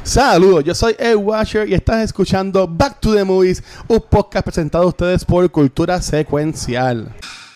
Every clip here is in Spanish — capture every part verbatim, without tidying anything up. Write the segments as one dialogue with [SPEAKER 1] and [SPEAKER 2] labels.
[SPEAKER 1] Saludos, yo soy Ed Washer y estás escuchando Back to the Movies, un podcast presentado a ustedes por Cultura Secuencial.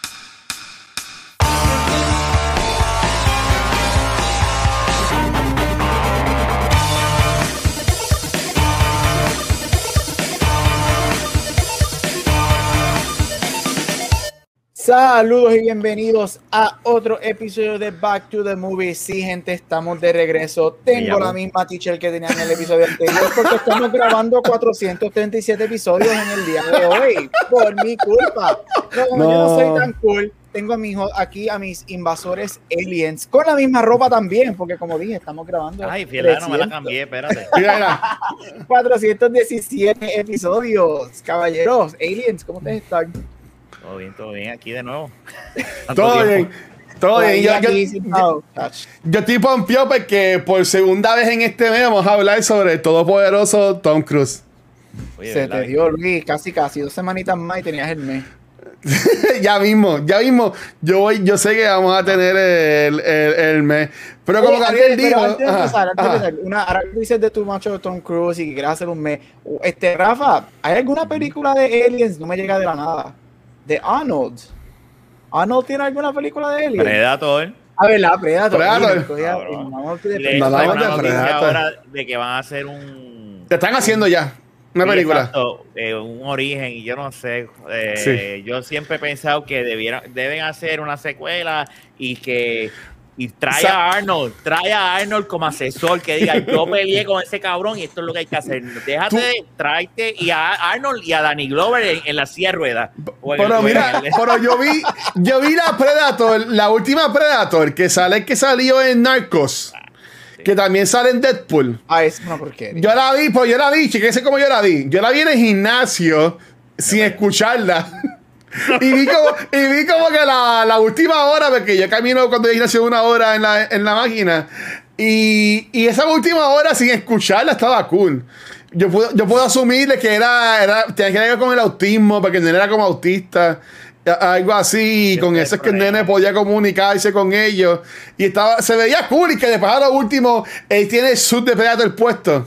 [SPEAKER 2] Saludos y bienvenidos a otro episodio de Back to the Movies. Sí, gente, estamos de regreso. Tengo la misma teacher que tenía en el episodio anterior porque estamos grabando cuatrocientos treinta y siete episodios en el día de hoy. Por mi culpa. Pero como no. yo no soy tan cool, tengo a mi hijo aquí a mis invasores aliens con la misma ropa también, porque como dije, estamos grabando.
[SPEAKER 3] Ay, fiel, no me la cambié, espérate.
[SPEAKER 2] cuatrocientos diecisiete episodios. Caballeros, aliens, ¿cómo ustedes están?
[SPEAKER 3] Todo bien, todo bien, aquí de nuevo.
[SPEAKER 1] Todo bien, todo bien. Yo, yo, yo, yo estoy pompeado porque por segunda vez en este mes vamos a hablar sobre el todopoderoso Tom Cruise.
[SPEAKER 2] Oye, se te dio, Luis, casi casi dos semanitas más y tenías el mes.
[SPEAKER 1] ya mismo, ya mismo. Yo voy, yo sé que vamos a tener el, el, el mes. Pero como
[SPEAKER 2] Oye,
[SPEAKER 1] Gabriel
[SPEAKER 2] antes,
[SPEAKER 1] dijo,
[SPEAKER 2] antes de
[SPEAKER 1] ajá,
[SPEAKER 2] empezar, antes de
[SPEAKER 1] ajá.
[SPEAKER 2] empezar, una, ahora que dices de tu macho Tom Cruise y que quieres hacer un mes, este, Rafa, ¿hay alguna película de aliens? No me llega de la nada. De Arnold. ¿Arnold tiene alguna película de aliens?
[SPEAKER 3] Predator.
[SPEAKER 2] A ver, la Predator.
[SPEAKER 1] Predator.
[SPEAKER 2] Mira,
[SPEAKER 3] No,
[SPEAKER 2] no,
[SPEAKER 3] no.
[SPEAKER 2] no, de
[SPEAKER 3] Le
[SPEAKER 1] No,
[SPEAKER 3] no,
[SPEAKER 1] no,
[SPEAKER 3] una
[SPEAKER 1] de
[SPEAKER 3] noticia
[SPEAKER 1] Predator.
[SPEAKER 3] ahora de que van a hacer un...
[SPEAKER 1] Te están haciendo ya una
[SPEAKER 3] Sí,
[SPEAKER 1] película.
[SPEAKER 3] exacto, eh, un origen, y yo no sé. Eh,
[SPEAKER 1] Sí.
[SPEAKER 3] Yo siempre he pensado que debieran, deben hacer una secuela y que... Y trae
[SPEAKER 1] Sa-
[SPEAKER 3] a Arnold, trae a Arnold como asesor, que diga, yo peleé con ese cabrón y esto es lo que hay que hacer. Déjate,
[SPEAKER 1] Tú-
[SPEAKER 3] tráete y a Arnold y a Danny Glover en, en la silla de ruedas. O en el-
[SPEAKER 1] Pero
[SPEAKER 3] o en
[SPEAKER 1] mira,
[SPEAKER 3] el-
[SPEAKER 1] pero yo vi, yo vi la Predator, la última Predator, que sale, que salió en Narcos, que también sale en Deadpool.
[SPEAKER 2] Ah, es una porquería.
[SPEAKER 1] Yo la vi, pues yo la vi, chequense cómo yo la vi. Yo la vi en el gimnasio sin escucharla. y, vi como, y vi como que la, la última hora, porque yo camino cuando yo gimnasio una hora en la, en la máquina. Y, y esa última hora sin escucharla estaba cool. Yo puedo, yo puedo asumirle que era, era tenía que ver con el autismo, porque el nene era como autista, a- algo así, y con eso es que el nene podía comunicarse con ellos. Y estaba, se veía cool, y que después a lo último, él tiene el suit de Predator puesto.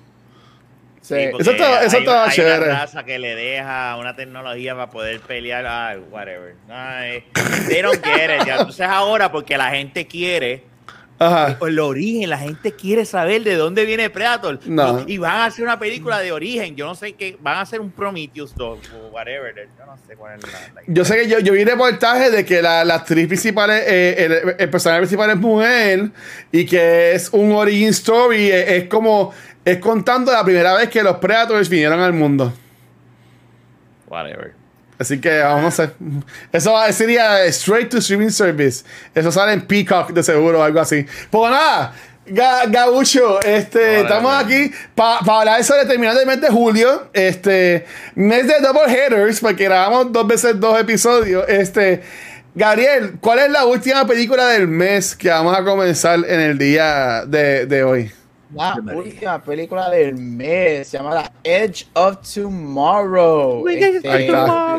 [SPEAKER 2] Sí.
[SPEAKER 3] Sí, porque
[SPEAKER 1] Eso estaba- eso
[SPEAKER 3] hay,
[SPEAKER 1] estaba
[SPEAKER 3] hay
[SPEAKER 1] chévere.
[SPEAKER 3] una raza que le deja una tecnología para poder pelear, ah, whatever. Ay, they don't get it, ya. Entonces ahora, porque la gente quiere
[SPEAKER 1] Ajá.
[SPEAKER 3] el origen, la gente quiere saber de dónde viene Predator.
[SPEAKER 1] No.
[SPEAKER 3] Y, y van a hacer una película de origen. Yo no sé qué, van a hacer un Prometheus o whatever. Yo no sé cuál es la, la
[SPEAKER 1] Yo sé que yo, yo vi reportajes de que la, la actriz principal, es, eh, el, el personaje principal es mujer y que es un origin story. Es, es como, es contando la primera vez que los Predators vinieron al mundo.
[SPEAKER 3] whatever.
[SPEAKER 1] Así que vamos a hacer. Eso va- sería straight to streaming service. Eso sale en Peacock de seguro o algo así. Pues nada, Ga- Gabucho, este,
[SPEAKER 3] Hola,
[SPEAKER 1] estamos
[SPEAKER 3] hola.
[SPEAKER 1] aquí para hablar sobre terminando el mes de julio. Este, mes de double headers, porque grabamos dos veces dos episodios. Este, Gabriel, ¿cuál es la última película del mes que vamos a comenzar en el día de, de hoy?
[SPEAKER 2] La última película del mes se llama The Edge of Tomorrow. Este,
[SPEAKER 1] Ahí está.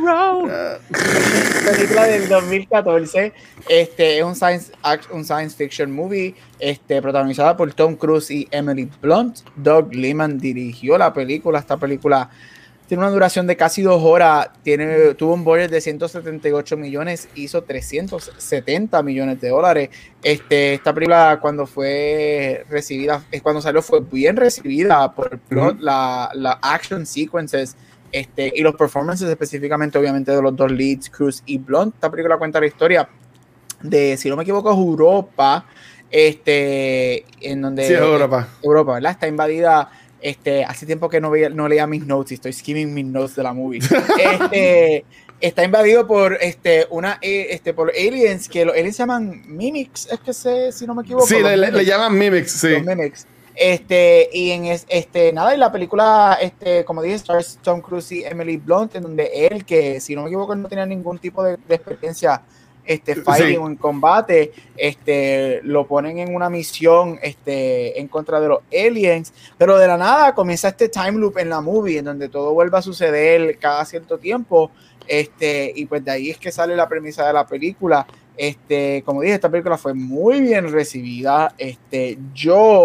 [SPEAKER 2] película del dos mil catorce. Este es un science, act- un science fiction movie este, protagonizada por Tom Cruise y Emily Blunt. Doug Liman dirigió la película. Esta película tiene una duración de casi dos horas. Tiene, tuvo un budget de ciento setenta y ocho millones, hizo trescientos setenta millones de dólares. Este, esta película cuando fue recibida, es cuando salió fue bien recibida por el plot,
[SPEAKER 1] Ujú.
[SPEAKER 2] la, la action sequences este, y los performances específicamente obviamente de los dos leads, Cruise y Blunt. Esta película cuenta la historia de, si no me equivoco, es Europa, este, en donde
[SPEAKER 1] Sí, es Europa.
[SPEAKER 2] Europa, ¿verdad? Está invadida. Este, hace tiempo que no, veía, no leía mis notes y estoy skimming mis notes de la movie. Este, está invadido por, este, una, eh, este, por aliens, que los aliens se llaman Mimics, es que sé, si no me equivoco.
[SPEAKER 1] Sí,
[SPEAKER 2] los
[SPEAKER 1] le, le- le
[SPEAKER 2] Mimics,
[SPEAKER 1] llaman Mimics, sí.
[SPEAKER 2] los Mimics. Este, y en es, este, nada, y la película, este, como dije, stars Tom Cruise y Emily Blunt, en donde él, que si no me equivoco, no tenía ningún tipo de, de experiencia este, fighting
[SPEAKER 1] Sí.
[SPEAKER 2] o en combate, este, lo ponen en una misión este, en contra de los aliens, pero de la nada comienza este time loop en la movie, en donde todo vuelve a suceder cada cierto tiempo, este, y pues de ahí es que sale la premisa de la película. Este, como dije, esta película fue muy bien recibida. Este, yo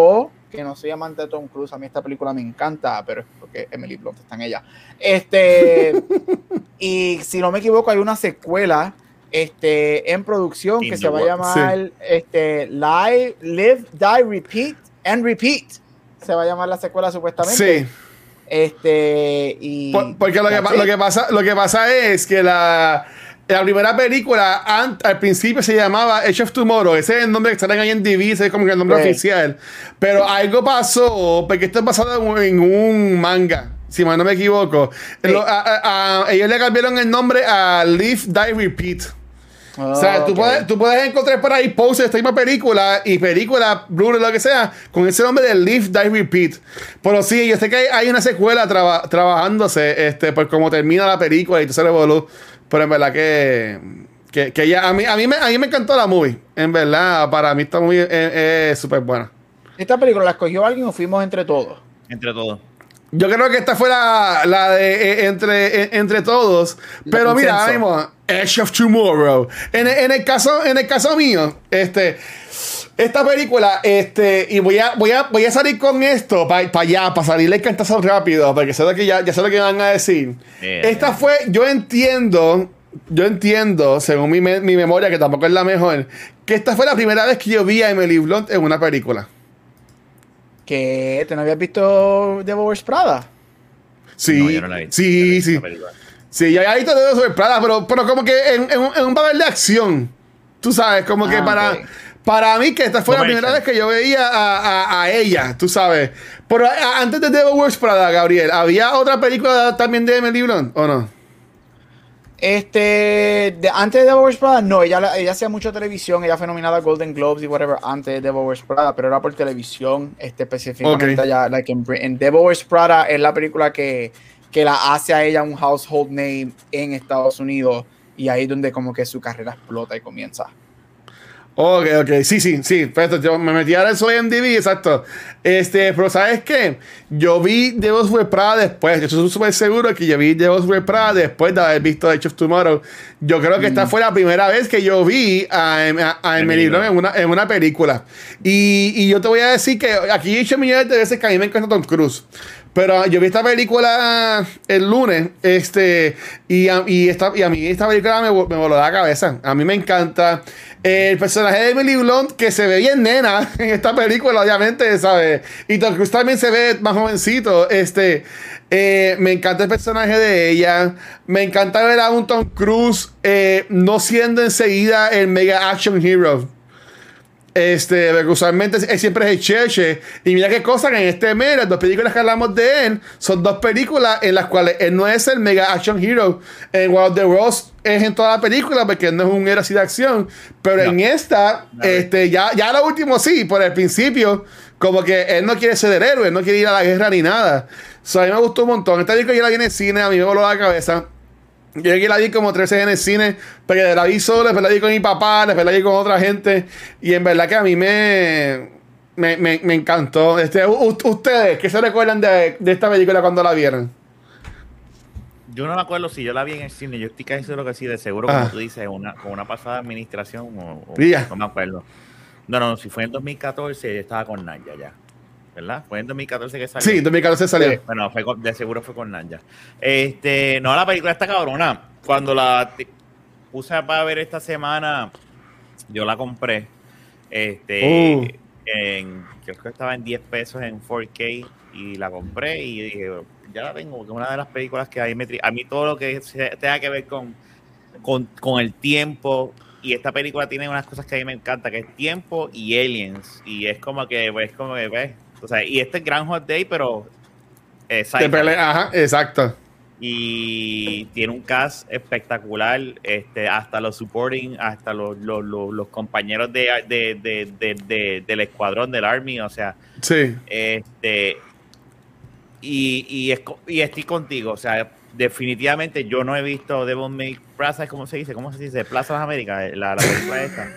[SPEAKER 2] que no soy amante de Tom Cruise, a mí esta película me encanta, pero es porque Emily Blunt está en ella. Este, y si no me equivoco, hay una secuela este, en producción
[SPEAKER 3] In
[SPEAKER 2] que
[SPEAKER 3] the
[SPEAKER 2] se va a
[SPEAKER 3] world.
[SPEAKER 2] llamar
[SPEAKER 1] Sí.
[SPEAKER 2] este, Live, Live, Die, Repeat and Repeat. Se va a llamar la secuela supuestamente.
[SPEAKER 1] Sí.
[SPEAKER 2] Este, y
[SPEAKER 1] Por- porque lo que,
[SPEAKER 2] that's
[SPEAKER 1] pa- lo,
[SPEAKER 2] it.
[SPEAKER 1] que pasa, lo que pasa es que la, la primera película an- al principio se llamaba Edge of Tomorrow. Ese es el nombre que salen ahí en D V D, ese es como que el nombre
[SPEAKER 2] Sí.
[SPEAKER 1] oficial. Pero algo pasó, porque esto es basado en un manga, si mal no me equivoco.
[SPEAKER 2] Sí.
[SPEAKER 1] Lo- a- a- a- ellos le cambiaron el nombre a Live, Die, Repeat.
[SPEAKER 2] Oh,
[SPEAKER 1] O sea, tú,
[SPEAKER 2] ok.
[SPEAKER 1] puedes, tú puedes encontrar por ahí posts de esta misma película y película, Blu-ray, lo que sea, con ese nombre de Live, Die, Repeat. Pero sí, yo sé que hay, hay una secuela traba- trabajándose este, por cómo termina la película y todo se revolú. Pero en verdad que, que, que ya, a, mí, a, mí me, a mí me encantó la movie. En verdad, para mí esta movie es- es súper buena.
[SPEAKER 2] ¿Esta película la escogió alguien o fuimos entre todos?
[SPEAKER 3] Entre todos.
[SPEAKER 1] Yo creo que esta fue la, la de eh, entre, eh, entre todos.
[SPEAKER 2] La
[SPEAKER 1] Pero mira, ahora
[SPEAKER 2] consenso.
[SPEAKER 1] mismo, Edge of Tomorrow. En, en el caso, en el caso mío, este, esta película, este, y voy a, voy a, voy a salir con esto para allá, para salirle el cantazo rápido, porque sé lo que ya, ya sé lo que van a decir.
[SPEAKER 3] Yeah.
[SPEAKER 1] Esta fue, yo entiendo, yo entiendo, según mi, me- mi memoria, que tampoco es la mejor, que esta fue la primera vez que yo vi a Emily Blunt en una película.
[SPEAKER 2] ¿Que tú no habías visto Devil Wears Prada?
[SPEAKER 1] Sí,
[SPEAKER 3] No, yo no la vi.
[SPEAKER 1] sí,
[SPEAKER 3] Esa
[SPEAKER 1] sí.
[SPEAKER 3] película.
[SPEAKER 1] Sí, ya ahí te debo sobre Prada, pero, pero como que en, en, un- en un papel de acción. Tú sabes, como que
[SPEAKER 2] Ah,
[SPEAKER 1] para,
[SPEAKER 2] ok.
[SPEAKER 1] para mí que esta fue la
[SPEAKER 3] Comercial.
[SPEAKER 1] primera vez que yo veía a, a, a ella, tú sabes. Pero a- a- antes de Devil Wears Prada, Gabriel, ¿había otra película también de Emily Blunt o no?
[SPEAKER 2] Este, de- antes de Devil Wears Prada, no, ella, la- ella hacía mucho televisión, ella fue nominada a Golden Globes y whatever antes de Devil Wears Prada, pero era por televisión, este, específicamente
[SPEAKER 1] Ok.
[SPEAKER 2] allá, like en, Brit- en Devil Wears Prada es la película que, que la hace a ella un household name en Estados Unidos y ahí es donde como que su carrera explota y comienza.
[SPEAKER 1] Ok, ok, sí, sí, sí, perfecto. Yo me metí ahora en su I M D B, exacto. Este, pero ¿sabes qué? Yo vi Devil Wears Prada después. Yo estoy súper seguro que yo vi Devil Wears Prada después de haber visto Edge of Tomorrow. Yo creo que esta fue la primera vez que yo vi a, a, a Emily Blunt en una, en una película. Y, y yo te voy a decir que aquí he dicho millones de veces que a mí me encanta Tom Cruise. Pero yo vi esta película el lunes, este, y a, y esta, y a mí esta película me, vol- me voló la cabeza. A mí me encanta el personaje de Emily Blunt, que se ve bien nena en esta película, obviamente, ¿sabes? Y Tom Cruise también se ve más jovencito. Este, eh, me encanta el personaje de ella. Me encanta ver a un Tom Cruise eh, no siendo enseguida el mega action hero. Este, porque usualmente él siempre es el cheche. Y mira qué cosa, que en este mes, las dos películas que hablamos de él son dos películas en las cuales él no es el mega action hero. En Wild the Rose es en toda la película porque él no es un héroe así de acción. Pero
[SPEAKER 3] No.
[SPEAKER 1] en esta,
[SPEAKER 3] No.
[SPEAKER 1] este, ya, ya lo último sí, por el principio, como que él no quiere ser el héroe, él no quiere ir a la guerra ni nada. So, a mí me gustó un montón. Esta película yo la vi en el cine, a mí me voló la cabeza. Yo aquí la vi como tres veces en el cine, porque la vi solo, después la vi con mi papá, después la vi con otra gente, y en verdad que a mí me, me, me, me encantó. Este, u- ustedes, ¿qué se recuerdan de, de esta película cuando la vieron?
[SPEAKER 3] Yo no me acuerdo si yo la vi en el cine. Yo estoy casi seguro que sí, de seguro,
[SPEAKER 1] Ah.
[SPEAKER 3] como tú dices, una, con una pasada administración. O, o-
[SPEAKER 1] Ya.
[SPEAKER 3] no me acuerdo. No, no, si fue en dos mil catorce, yo estaba con Naya ya. ¿Verdad? Fue en dos mil catorce que salió.
[SPEAKER 1] Sí, en dos mil catorce salió.
[SPEAKER 2] Sí.
[SPEAKER 3] Bueno, fue con- de seguro fue con Naya. Este, no, la película está cabrona. Cuando la te- puse para ver esta semana, yo la compré. Este,
[SPEAKER 1] Uh.
[SPEAKER 3] en, creo que estaba en diez pesos en cuatro K y la compré y dije, ya la tengo, porque es una de las películas que a mí, me tri- a mí todo lo que se- tenga que ver con, con, con el tiempo, y esta película tiene unas cosas que a mí me encanta, que es tiempo y aliens, y es como que, pues, como que, ves, o sea, y este es Groundhog Day, pero eh,
[SPEAKER 1] De
[SPEAKER 3] sci-fi.
[SPEAKER 1] pelea, ajá, exacto.
[SPEAKER 3] Y tiene un cast espectacular, este, hasta los supporting, hasta los, los, los, los compañeros de, de, de, de, de- del escuadrón del Army, o sea,
[SPEAKER 1] Sí.
[SPEAKER 3] este, y, y, es co- y estoy contigo, o sea, definitivamente yo no he visto Devil May Plaza, ¿cómo se dice? ¿Cómo se dice? Plaza de las Américas, la, la película esta.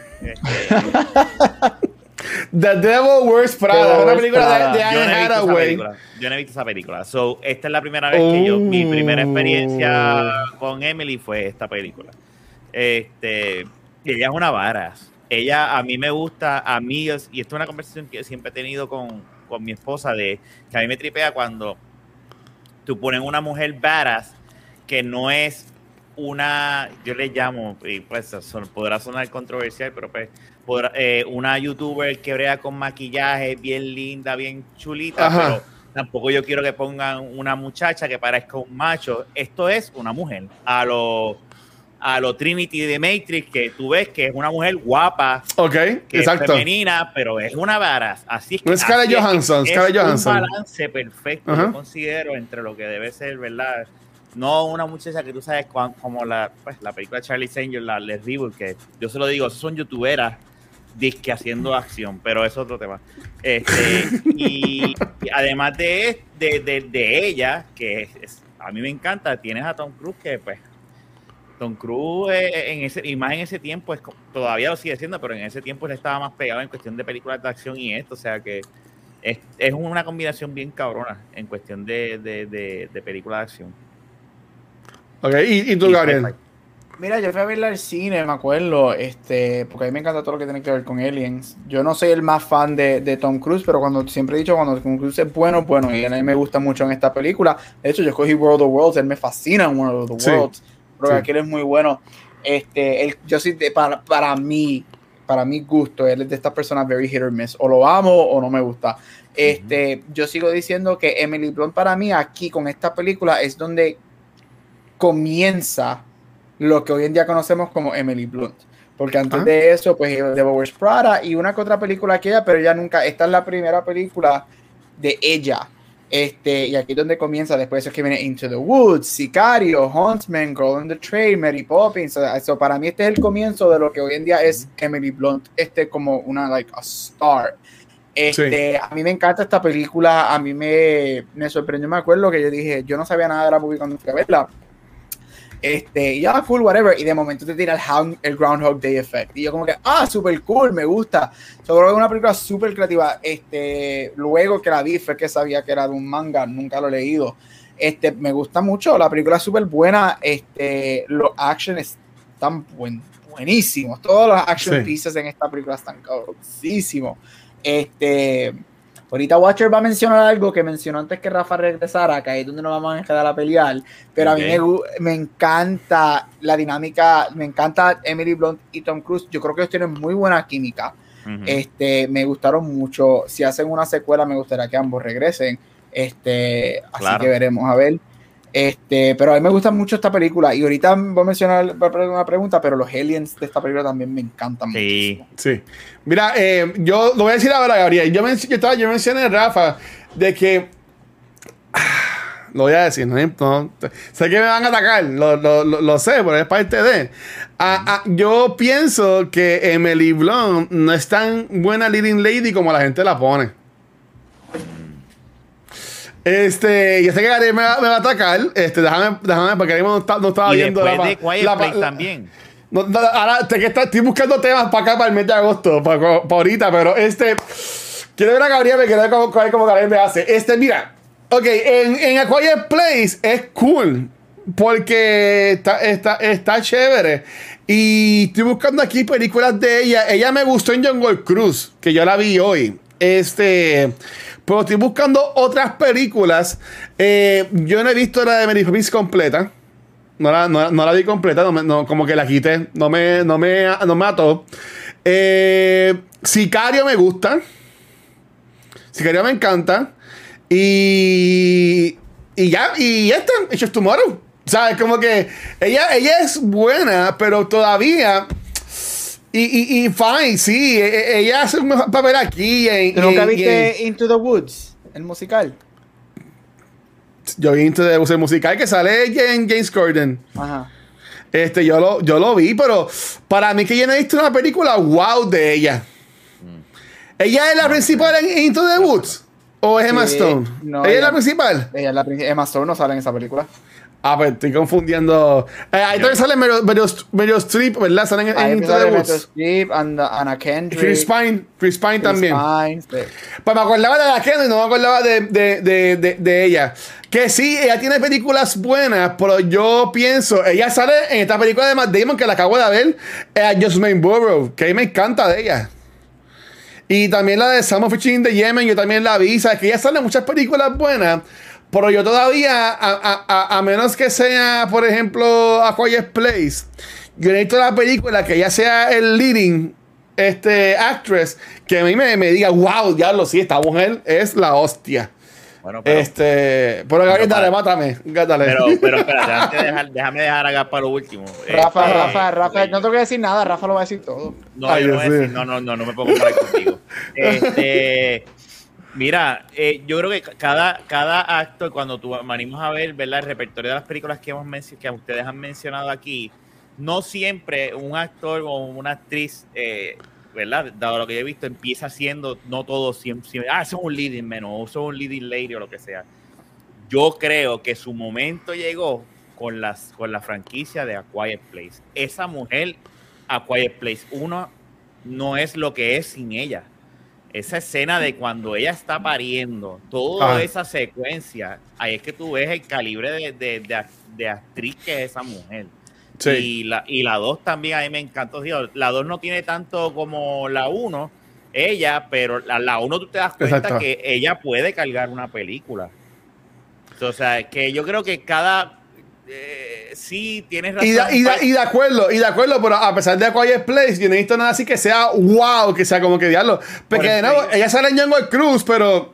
[SPEAKER 3] Este,
[SPEAKER 1] The Devil Wears Prada,
[SPEAKER 2] Devil
[SPEAKER 1] una
[SPEAKER 2] Wears
[SPEAKER 1] película
[SPEAKER 2] Prada.
[SPEAKER 1] de, de
[SPEAKER 3] yo, no
[SPEAKER 1] Anne
[SPEAKER 3] he visto esa
[SPEAKER 1] Hathaway.
[SPEAKER 3] película, yo no he visto esa película. So, esta es la primera vez que yo, mi primera experiencia con Emily fue esta película. Este, y ella es una vara. Ella, a mí me gusta, a mí, es- y esto es una conversación que siempre he tenido con, con mi esposa de que a mí me tripea cuando tú pones una mujer badass que no es una, yo le llamo, y pues son, podrá sonar controversial, pero pues podrá, eh, una youtuber que brega con maquillaje bien linda, bien chulita,
[SPEAKER 1] Ajá.
[SPEAKER 3] pero tampoco yo quiero que pongan una muchacha que parezca un macho. Esto es una mujer. A lo, a lo Trinity de Matrix, que tú ves que es una mujer guapa,
[SPEAKER 1] Ok,
[SPEAKER 3] que
[SPEAKER 1] exacto.
[SPEAKER 3] es femenina, pero es una vara. Así es que
[SPEAKER 1] No es Scarlett
[SPEAKER 3] así es
[SPEAKER 1] Johansson,
[SPEAKER 3] que
[SPEAKER 1] Scarlett
[SPEAKER 3] es
[SPEAKER 1] Johansson.
[SPEAKER 3] un balance perfecto,
[SPEAKER 1] Ajá.
[SPEAKER 3] yo considero, entre lo que debe ser, ¿verdad? No una muchacha que tú sabes cuan, como la, pues, la película Charlie's Angels, la Les Reboot, que yo se lo digo, son youtuberas disque haciendo acción, pero es otro tema. Este, y, y además de, de, de, de ella, que es, es, a mí me encanta, tienes a Tom Cruise, que pues Tom Cruise eh, en ese, y más en ese tiempo, es, todavía lo sigue siendo, pero en ese tiempo él estaba más pegado en cuestión de películas de acción y esto, o sea que es, es una combinación bien cabrona en cuestión de, de, de, de películas de acción.
[SPEAKER 1] Ok, ¿y, y tú,
[SPEAKER 3] Y
[SPEAKER 1] Gabriel?
[SPEAKER 3] sci-fi.
[SPEAKER 2] Mira, yo fui a verla al cine, me acuerdo, este, porque a mí me encanta todo lo que tiene que ver con aliens. Yo no soy el más fan de, de Tom Cruise, pero cuando siempre he dicho cuando Tom Cruise es bueno, bueno, y a mí me gusta mucho en esta película. De hecho, yo escogí World of Worlds, él me fascina en World of the
[SPEAKER 1] Sí,
[SPEAKER 2] Worlds, porque
[SPEAKER 1] sí.
[SPEAKER 2] aquí él es muy bueno. Este, él, yo sí, de- para, para mí, para mi gusto, él es de estas personas very hit or miss, o lo amo o no me gusta. Este, yo sigo diciendo que Emily Blunt para mí aquí con esta película es donde comienza lo que hoy en día conocemos como Emily Blunt, porque antes
[SPEAKER 1] Ah.
[SPEAKER 2] de eso pues Devil Wears Prada y una que otra película que ella, pero ella nunca, esta es la primera película de ella, este, y aquí es donde comienza. Después es que viene Into the Woods, Sicario, Huntsman, Girl on the Train, Mary Poppins. Eso para mí este es el comienzo de lo que hoy en día es Emily Blunt, este como una like a star. Este, sí. A mí me encanta esta película, a mí me, me sorprendió, me acuerdo que yo dije, yo no sabía nada de la movie cuando fui a verla. Este, ya, yeah, cool, whatever, y de momento te tira el, hound, el Groundhog Day Effect, y yo como que, ah, super cool, me gusta. Yo creo que es una película súper creativa. Este, luego que la vi fue que sabía que era de un manga, nunca lo he leído. Este, me gusta mucho, la película es súper buena, este, los actions están buen, buenísimos, todos los action sí. pieces en esta película están cabronísimos. Este, ahorita Watcher va a mencionar algo que mencionó antes que Rafa regresara, que ahí es donde nos vamos a quedar a pelear, pero okay. a mí me, me encanta la dinámica, me encanta Emily Blunt y Tom Cruise, yo creo que ellos tienen muy buena química. Uh-huh. Este, me gustaron mucho, si hacen una secuela me gustaría que ambos regresen, este, así claro. que veremos a ver. Este, pero a mí me gusta mucho esta película y ahorita voy a mencionar una pregunta, pero los aliens de esta película también me encantan
[SPEAKER 1] sí.
[SPEAKER 2] muchísimo.
[SPEAKER 1] Sí. Mira, eh, yo lo voy a decir ahora, Gabriel. Yo, men yo, estaba, yo mencioné a Rafa de que ah, lo voy a decir, no, no sé que me van a atacar, lo, lo, lo, lo sé, pero es parte de. Ah, ah, yo pienso que Emily Blunt no es tan buena leading lady como la gente la pone. Este, yo sé que Gary me, me va a atacar. Este, déjame, déjame, porque Gary no, está, no estaba
[SPEAKER 3] y
[SPEAKER 1] viendo
[SPEAKER 3] la,
[SPEAKER 1] la,
[SPEAKER 3] de Quiet
[SPEAKER 1] la,
[SPEAKER 3] Place
[SPEAKER 1] la,
[SPEAKER 3] también.
[SPEAKER 1] No, no, ahora te, que está, estoy buscando temas para acá para el mes de agosto, para, para, para ahorita, pero este, quiero ver a Gabriel, me quiero ver cómo, cómo Gabriel me hace. Este, mira, ok, en, en A Quiet Place es cool, porque está, está, está chévere. Y estoy buscando aquí películas de ella. Ella me gustó en Jungle Cruise, que yo la vi hoy. Este, pero estoy buscando otras películas. Eh, yo no he visto la de Mary Poppins completa. No la, no, no la vi completa, no me, no, como que la quité. No me, no me, no me ató. Eh, Sicario me gusta. Sicario me encanta. Y, y ya, y esta, It's Just Tomorrow. ¿Sabes? Como que ella, ella es buena, pero todavía. Y, y, y fine, sí. Ella hace un mejor papel aquí. En,
[SPEAKER 2] ¿Tú nunca
[SPEAKER 1] en,
[SPEAKER 2] viste
[SPEAKER 1] en,
[SPEAKER 2] Into the Woods, el musical?
[SPEAKER 1] Yo vi Into the Woods, el musical que sale en James Corden.
[SPEAKER 2] Ajá.
[SPEAKER 1] Este, yo lo, yo lo vi, pero para mí que yo no he visto una película wow de ella. Mm. ¿Ella es la no, principal en Into the Woods? ¿O es Emma sí, Stone?
[SPEAKER 2] No,
[SPEAKER 1] ¿Ella,
[SPEAKER 2] ella
[SPEAKER 1] es la principal?
[SPEAKER 2] Ella es la principal. Emma Stone no sale en esa película.
[SPEAKER 1] Ah, pues estoy confundiendo. Eh, ahí también sale Meryl, Meryl, Meryl Streep, ¿verdad? Salen en, en Into the Woods. Meryl Streep,
[SPEAKER 2] Anna Kendrick.
[SPEAKER 1] Chris Pine. Chris Pine Chris también.
[SPEAKER 2] Pine, sí.
[SPEAKER 1] Pues me acordaba de la Kendrick, no me acordaba de, de, de, de, de ella. Que sí, ella tiene películas buenas, pero yo pienso, ella sale en esta película de Matt Damon que la acabo de ver, eh, Jasmine Borough, que a mí me encanta de ella. Y también la de Some of Fishing in the Yemen, yo también la vi. Sabes que ya salen muchas películas buenas. Pero yo todavía, a, a, a, a menos que sea, por ejemplo, A Quiet Place, yo necesito la película que ella sea el leading este, actress, que a mí me, me diga, wow, diablo, sí, esta mujer es la hostia.
[SPEAKER 3] Bueno, pero,
[SPEAKER 1] este, pero Gabriel, dale, mátame. Dale.
[SPEAKER 3] Pero, pero espérate, antes dejar, déjame dejar acá para lo último.
[SPEAKER 2] Rafa,
[SPEAKER 3] este,
[SPEAKER 2] Rafa, Rafa, no tengo que decir nada, Rafa lo va a decir todo.
[SPEAKER 3] No,
[SPEAKER 1] Ay,
[SPEAKER 3] yo no, voy a
[SPEAKER 1] sí.
[SPEAKER 3] decir, no, no, no, no me puedo comparar contigo. Este, mira, eh, yo creo que cada, cada actor, cuando tú venimos a ver, ¿verdad? El repertorio de las películas que hemos mencionado, que ustedes han mencionado aquí, no siempre un actor o una actriz, eh, ¿verdad? Dado lo que yo he visto, empieza siendo, no todo siempre, siempre ah, son un leading man o son un leading lady o lo que sea. Yo creo que su momento llegó con, las, con la franquicia de A Quiet Place. Esa mujer, A Quiet Place uno, no es lo que es sin ella. Esa escena de cuando ella está pariendo, toda ah. esa secuencia, ahí es que tú ves el calibre de, de, de, de actriz que es esa mujer. Sí. Y la y la dos también a mí me encantó. La dos no tiene tanto como la uno, ella, pero la, la uno tú te das cuenta Exacto. que ella puede cargar una película. O sea, que yo creo que cada... Eh, sí, tienes razón.
[SPEAKER 1] Y de, y, de, y de acuerdo, y de acuerdo, pero a pesar de A Quiet Place, yo no he visto nada así que sea wow, que sea como que diablo. Porque de nuevo, ella sale en Jungle Cruise, pero...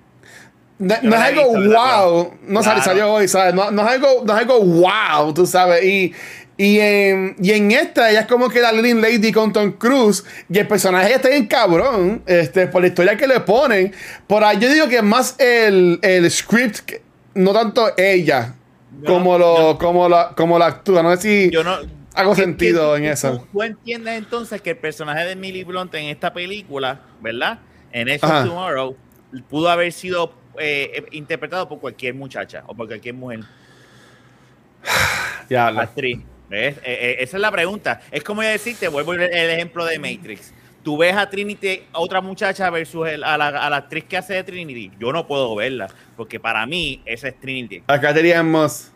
[SPEAKER 1] No, no es algo visto, wow. No claro. salió hoy, ¿sabes? No, no, es algo, no es algo wow, tú sabes. Y... Y en, y en esta, ella es como que la leading lady con Tom Cruise. Y el personaje está bien cabrón. Este, por la historia que le ponen. Por ahí yo digo que es más el, el script, que, no tanto ella. Yo como, no, lo, yo, como, la, como la actúa. No sé si yo no, hago que, sentido que, en
[SPEAKER 3] tú,
[SPEAKER 1] eso.
[SPEAKER 3] Tú entiendes entonces que el personaje de Emily Blunt en esta película, ¿verdad? En Edge of Tomorrow, pudo haber sido eh, interpretado por cualquier muchacha o por cualquier mujer.
[SPEAKER 1] Ya,
[SPEAKER 3] actriz. ¿Ves? Eh, eh, esa es la pregunta. Es como yo decirte, vuelvo el, el ejemplo de Matrix. Tú ves a Trinity, otra muchacha versus el, a, la, a la actriz que hace de Trinity. Yo no puedo verla, porque para mí esa es Trinity.
[SPEAKER 1] Acá teníamos...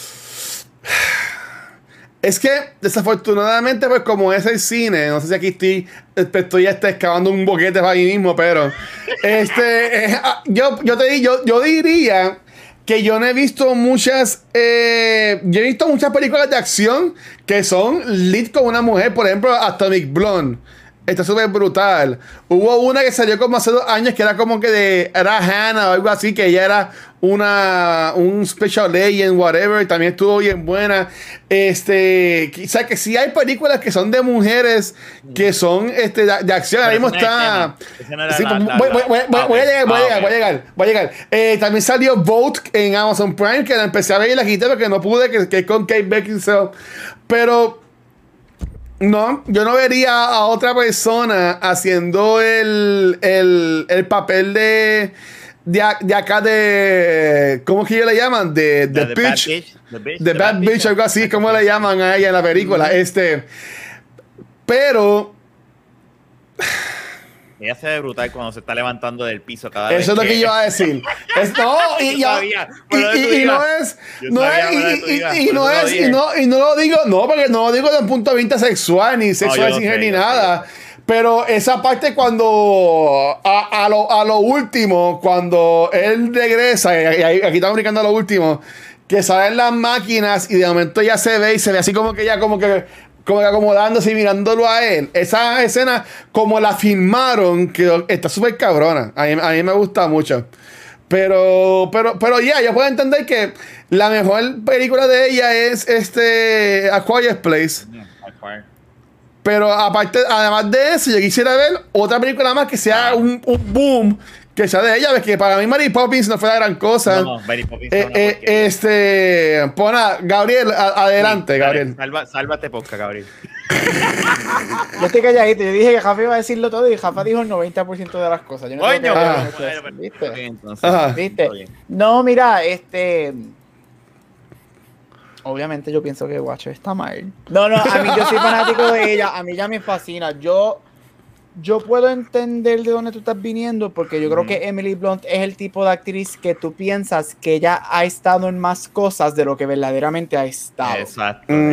[SPEAKER 1] Es que, desafortunadamente, pues como es el cine, no sé si aquí estoy, estoy este, excavando un boquete para mí mismo, pero este, eh, yo, yo, te, yo, yo diría... que yo no he visto muchas eh, yo he visto muchas películas de acción que son lead con una mujer. Por ejemplo, Atomic Blonde está súper brutal. Hubo una que salió como hace dos años que era como que de era Hannah o algo así, que ella era una un special agent, whatever, también estuvo bien buena. Este, quizá que sí hay películas que son de mujeres que son este de, de acción. Ahora mismo está voy a llegar, voy a llegar, voy a llegar, voy a llegar. Eh, también salió Vote en Amazon Prime, que la empecé a ver y la quité porque no pude, que, que es con Kate Beckinsale. Pero no, yo no vería a otra persona haciendo el, el, el papel de, de, de acá de... ¿Cómo que ellos le llaman? De, de, de bitch. bitch. The bitch. The, the bad, bad bitch, bitch, algo así, como le llaman a ella en la película. Mm-hmm. Este, pero...
[SPEAKER 3] Ella se ve brutal cuando se está levantando del piso cada
[SPEAKER 1] Eso
[SPEAKER 3] vez.
[SPEAKER 1] Eso es lo que yo iba a decir. Es, no, y, y, sabía, y, y, y no es. No es y, y, y no es. Y no, y no lo digo. No, porque no lo digo desde un punto de vista sexual, ni sexual, no, sin sé, ni nada. Sé. Pero esa parte cuando. A, a, lo, a lo último, cuando él regresa, y aquí estamos brincando a lo último, que salen las máquinas y de momento ya se ve y se ve así como que ya como que. Como que acomodándose y mirándolo a él. Esa escena, como la filmaron, que está súper cabrona. A mí, a mí me gusta mucho. Pero, pero, pero ya, yeah, yo puedo entender que la mejor película de ella es este A Quiet Place. Yeah, pero aparte, además de eso, yo quisiera ver otra película más que sea ah. un, un boom. Que sea de ella, ves que para mí Mary Poppins no fue la gran cosa. No, no, Mary Poppins eh, eh, este, pona, Gabriel, a, adelante, sí, Gabriel.
[SPEAKER 3] Salva, sálvate posca, Gabriel.
[SPEAKER 2] Yo estoy calladito, yo dije que Jafa iba a decirlo todo y Jafa dijo el noventa por ciento de las cosas. Yo no
[SPEAKER 3] Oye,
[SPEAKER 2] ah,
[SPEAKER 3] bueno,
[SPEAKER 2] ¿viste?
[SPEAKER 3] Bien, entonces,
[SPEAKER 2] ¿Viste? No, mira, este... Obviamente yo pienso que Watcher está mal. No, no, a mí yo soy fanático de ella, a mí ya me fascina. Yo... Yo puedo entender de dónde tú estás viniendo porque yo mm. creo que Emily Blunt es el tipo de actriz que tú piensas que ella ha estado en más cosas de lo que verdaderamente ha estado.
[SPEAKER 3] Exacto.
[SPEAKER 1] Uh-huh.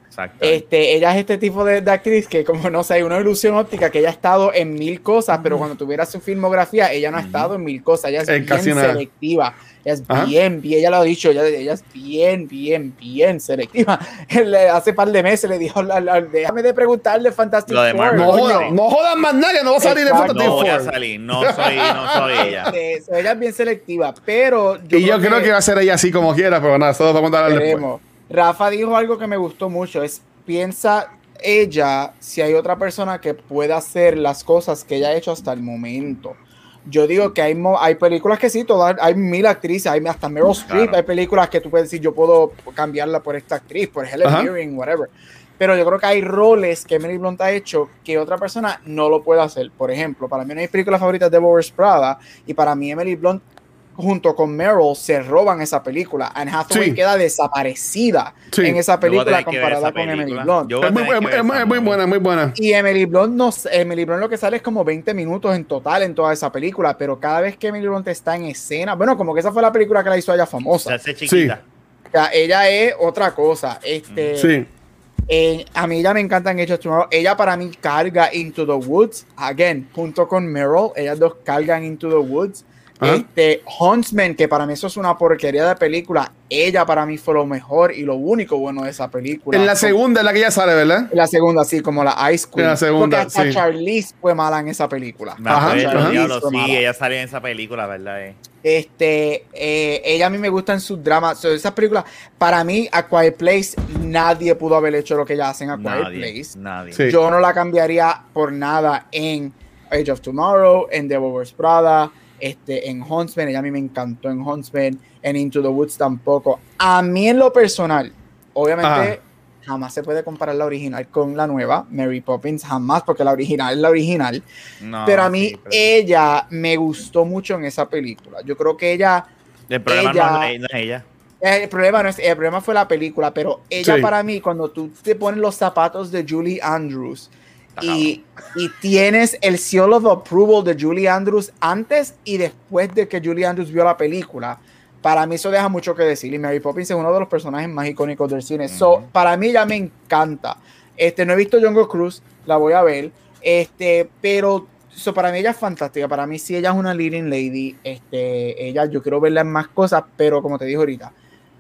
[SPEAKER 3] Exacto.
[SPEAKER 2] Este, ella es este tipo de, de actriz que, como no sé, hay una ilusión óptica que ella ha estado en mil cosas, pero cuando tuviera su filmografía, ella no ha estado en mil cosas. Ella es
[SPEAKER 1] En
[SPEAKER 2] bien
[SPEAKER 1] casi nada.
[SPEAKER 2] selectiva. Ella es
[SPEAKER 1] Ajá.
[SPEAKER 2] bien, bien, ella lo ha dicho, ella, ella es bien, bien, bien selectiva. Le- hace par de meses le dijo, la- la- déjame de preguntarle Fantastic
[SPEAKER 3] Lo de
[SPEAKER 2] Four.
[SPEAKER 3] Marvel.
[SPEAKER 1] No
[SPEAKER 3] Coño.
[SPEAKER 1] jodan, no jodan más nada, que no va a salir en
[SPEAKER 2] Exacto.
[SPEAKER 1] Fantastic
[SPEAKER 3] No voy a
[SPEAKER 1] Four.
[SPEAKER 3] salir, no soy, no soy ella.
[SPEAKER 2] Este, ella es bien selectiva, pero yo
[SPEAKER 1] Y yo creo que va a ser ella así como quiera, pero nada, solo vamos a darle después.
[SPEAKER 2] veremos. Rafa dijo algo que me gustó mucho, es piensa ella si hay otra persona que pueda hacer las cosas que ella ha hecho hasta el momento. Yo digo que hay, mo- hay películas que sí, todas, hay mil actrices, hay hasta Meryl Streep,
[SPEAKER 3] Claro.
[SPEAKER 2] hay películas que tú puedes decir, yo puedo cambiarla por esta actriz, por Helen
[SPEAKER 1] Ajá.
[SPEAKER 2] Mirren, whatever. Pero yo creo que hay roles que Emily Blunt ha hecho que otra persona no lo puede hacer. Por ejemplo, para mí una de mis películas favoritas es Devil Wears Prada, y para mí Emily Blunt junto con Meryl se roban esa película. Anne Hathaway
[SPEAKER 1] Sí.
[SPEAKER 2] queda desaparecida
[SPEAKER 1] Sí.
[SPEAKER 2] en esa
[SPEAKER 3] Yo voy a
[SPEAKER 2] película
[SPEAKER 3] tener que ver
[SPEAKER 2] comparada
[SPEAKER 3] esa
[SPEAKER 2] con Emily
[SPEAKER 3] película.
[SPEAKER 2] Blunt.
[SPEAKER 3] Yo voy a
[SPEAKER 1] Es muy,
[SPEAKER 3] tener que
[SPEAKER 1] es-
[SPEAKER 3] ver
[SPEAKER 1] es-
[SPEAKER 3] esa
[SPEAKER 1] es muy
[SPEAKER 3] movie.
[SPEAKER 1] buena, muy buena.
[SPEAKER 2] Y Emily Blunt, no, Emily Blunt lo que sale es como veinte minutos en total en toda esa película, pero cada vez que Emily Blunt está en escena, bueno, como que esa fue la película que la hizo ella
[SPEAKER 3] Se
[SPEAKER 2] famosa.
[SPEAKER 3] hace chiquita.
[SPEAKER 2] O sea, ella es otra cosa. Este,
[SPEAKER 1] Sí.
[SPEAKER 2] eh, a mí ella me encanta en Edge of Tomorrow. Ella para mí carga Into the Woods, again, junto con Meryl, ellas dos cargan Into the Woods.
[SPEAKER 1] Ajá.
[SPEAKER 2] Este, Huntsman, que para mí eso es una porquería de película, ella para mí fue lo mejor y lo único bueno de esa película.
[SPEAKER 1] En la
[SPEAKER 2] Como-
[SPEAKER 1] segunda es la que ya sale, ¿verdad?
[SPEAKER 2] en la segunda, sí, como la Ice Queen.
[SPEAKER 1] En la segunda,
[SPEAKER 2] Porque hasta
[SPEAKER 1] sí.
[SPEAKER 2] Charlize fue mala en esa película.
[SPEAKER 3] Me
[SPEAKER 1] Ajá,
[SPEAKER 3] acuerdo,
[SPEAKER 1] ajá.
[SPEAKER 3] diablo,
[SPEAKER 2] Fue
[SPEAKER 3] sí,
[SPEAKER 2] mala.
[SPEAKER 3] ella sale en esa película, ¿verdad? Eh.
[SPEAKER 2] Este, eh, ella a mí me gusta en sus dramas. So, esas películas, para mí, A Quiet Place, nadie pudo haber hecho lo que ella hace en A Quiet
[SPEAKER 3] Nadie,
[SPEAKER 2] Place.
[SPEAKER 3] nadie.
[SPEAKER 1] Sí.
[SPEAKER 2] Yo no la cambiaría por nada en Age of Tomorrow, en Devil Wears Prada, este, en Huntsman. Ella a mí me encantó en Huntsman, en Into the Woods tampoco. A mí en lo personal, obviamente,
[SPEAKER 1] Ajá.
[SPEAKER 2] jamás se puede comparar la original con la nueva, Mary Poppins, jamás, porque la original es la original.
[SPEAKER 3] No,
[SPEAKER 2] pero a mí
[SPEAKER 3] sí, pero-
[SPEAKER 2] ella me gustó mucho en esa película. Yo creo que ella,
[SPEAKER 3] el problema
[SPEAKER 2] ella-
[SPEAKER 3] no, es, no es ella.
[SPEAKER 2] el problema no es, el problema fue la película, pero ella
[SPEAKER 1] Sí.
[SPEAKER 2] para mí, cuando tú te pones los zapatos de Julie Andrews y, y tienes el seal of approval de Julie Andrews antes y después de que Julie Andrews vio la película, para mí eso deja mucho que decir. Y Mary Poppins es uno de los personajes más icónicos del cine. So,
[SPEAKER 3] Ujú.
[SPEAKER 2] para mí ya me encanta. Este, no he visto Jungle Cruise, la voy a ver. Este, pero so, para mí ella es fantástica. Para mí sí ella es una leading lady. Este, ella, yo quiero verla en más cosas, pero como te dije ahorita,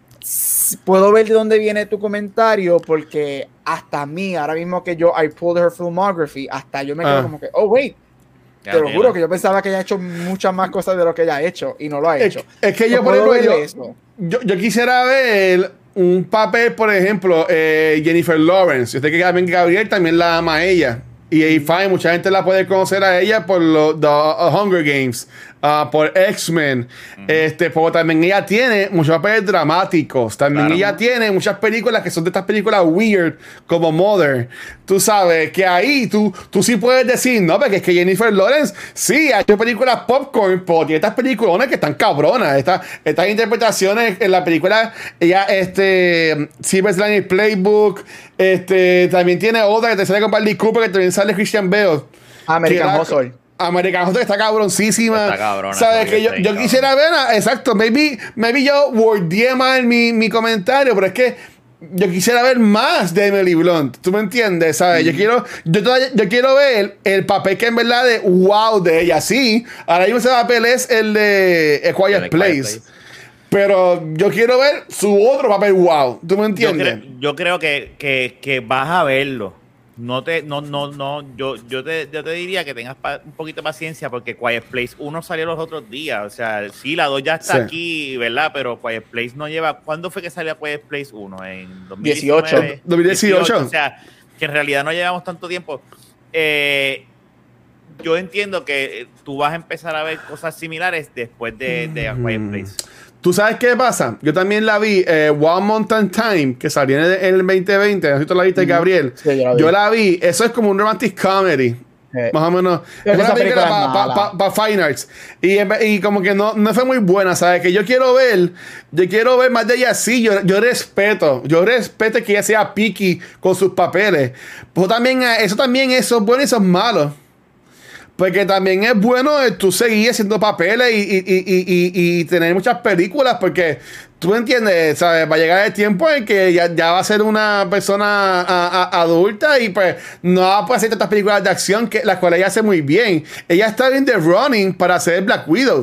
[SPEAKER 2] s- puedo ver de dónde viene tu comentario porque hasta a mí, ahora mismo que yo I pulled her filmography, hasta yo me quedo
[SPEAKER 1] Ah.
[SPEAKER 2] como que, oh wait,
[SPEAKER 3] Ya
[SPEAKER 2] te lo
[SPEAKER 3] tiene.
[SPEAKER 2] juro que yo pensaba que ella ha hecho muchas más cosas de lo que ella ha hecho y no lo ha
[SPEAKER 1] Es,
[SPEAKER 2] hecho.
[SPEAKER 1] es que
[SPEAKER 2] No
[SPEAKER 1] yo, por
[SPEAKER 2] puedo
[SPEAKER 1] ejemplo,
[SPEAKER 2] ver
[SPEAKER 1] yo,
[SPEAKER 2] eso.
[SPEAKER 1] yo, yo quisiera ver un papel, por ejemplo, eh, Jennifer Lawrence. Yo sé que también Gabriel también la ama a ella. Y, y fine, mucha gente la puede conocer a ella por los The Hunger Games, ah, por X-Men. Este, porque también ella tiene muchos papeles dramáticos. También
[SPEAKER 3] Claro.
[SPEAKER 1] ella tiene muchas películas que son de estas películas weird, como Mother. Tú sabes que ahí tú, tú sí puedes decir, no, porque es que Jennifer Lawrence sí ha hecho películas popcorn, pero tiene estas películas que están cabronas. Estas, estas interpretaciones en la película, ella, este, Silver Linings Playbook, este, también tiene otra que te sale con Bradley Cooper, que también sale Christian Bale.
[SPEAKER 2] American
[SPEAKER 1] Que
[SPEAKER 2] Hustle.
[SPEAKER 1] American Hustle está cabroncísima.
[SPEAKER 3] Está cabrona,
[SPEAKER 1] ¿Sabes?
[SPEAKER 3] sí,
[SPEAKER 1] Que yo,
[SPEAKER 3] está
[SPEAKER 1] yo
[SPEAKER 3] cabrona.
[SPEAKER 1] quisiera ver, ah, exacto, maybe, maybe yo wordé mal mi, mi comentario, pero es que yo quisiera ver más de Emily Blunt. ¿Tú me entiendes? ¿Sabes? Yo quiero, yo, todavía- yo quiero ver el papel que en verdad de wow de ella. Sí, ahora mismo ese papel es el de A Quiet
[SPEAKER 3] El de
[SPEAKER 1] Place.
[SPEAKER 3] Quiet Place.
[SPEAKER 1] Pero yo quiero ver su otro papel wow. ¿Tú me
[SPEAKER 3] Yo,
[SPEAKER 1] entiendes?
[SPEAKER 3] cre- yo creo que, que, que vas a verlo. No te, no, no, no, yo, yo te, yo te diría que tengas pa- un poquito de paciencia porque Quiet Place uno salió los otros días. O sea, sí, la dos ya está
[SPEAKER 1] Sí.
[SPEAKER 3] aquí, ¿verdad? Pero Quiet Place no lleva. ¿Cuándo fue que salió Quiet Place uno? En dos mil
[SPEAKER 2] dieciocho.
[SPEAKER 3] diecinueve,
[SPEAKER 1] dos mil dieciocho.
[SPEAKER 3] O sea, que en realidad no llevamos tanto tiempo. Eh, yo entiendo que tú vas a empezar a ver cosas similares después de, de A Quiet
[SPEAKER 1] Mm.
[SPEAKER 3] Place.
[SPEAKER 1] ¿Tú sabes qué pasa? Yo también la vi, eh, One Mountain Time, que salió en el, en el veinte veinte. No sé si tú la viste,
[SPEAKER 2] Ujú.
[SPEAKER 1] Gabriel.
[SPEAKER 2] Sí, yo la vi.
[SPEAKER 1] Yo la vi. Eso es como un romantic comedy.
[SPEAKER 2] Eh,
[SPEAKER 1] Más o menos.
[SPEAKER 2] Pero
[SPEAKER 1] Es
[SPEAKER 2] esa
[SPEAKER 1] una película
[SPEAKER 2] película es
[SPEAKER 1] para
[SPEAKER 2] mala.
[SPEAKER 1] Fine Arts. Y, en ve- y como que no, no fue muy buena, ¿sabes? Que yo quiero ver, yo quiero ver más de ella así. Yo, yo respeto, yo respeto que ella sea picky con sus papeles. Pero también, eh, eso también, eso es bueno y eso es malo. Porque también es bueno eh, tú seguir haciendo papeles y, y, y, y, y, y tener muchas películas, porque tú entiendes, ¿sabes? Va a llegar el tiempo en que ya, ya va a ser una persona a, a, adulta y pues no va a poder hacer tantas películas de acción, que las cuales ella hace muy bien. Ella está en The Running para hacer Black Widow.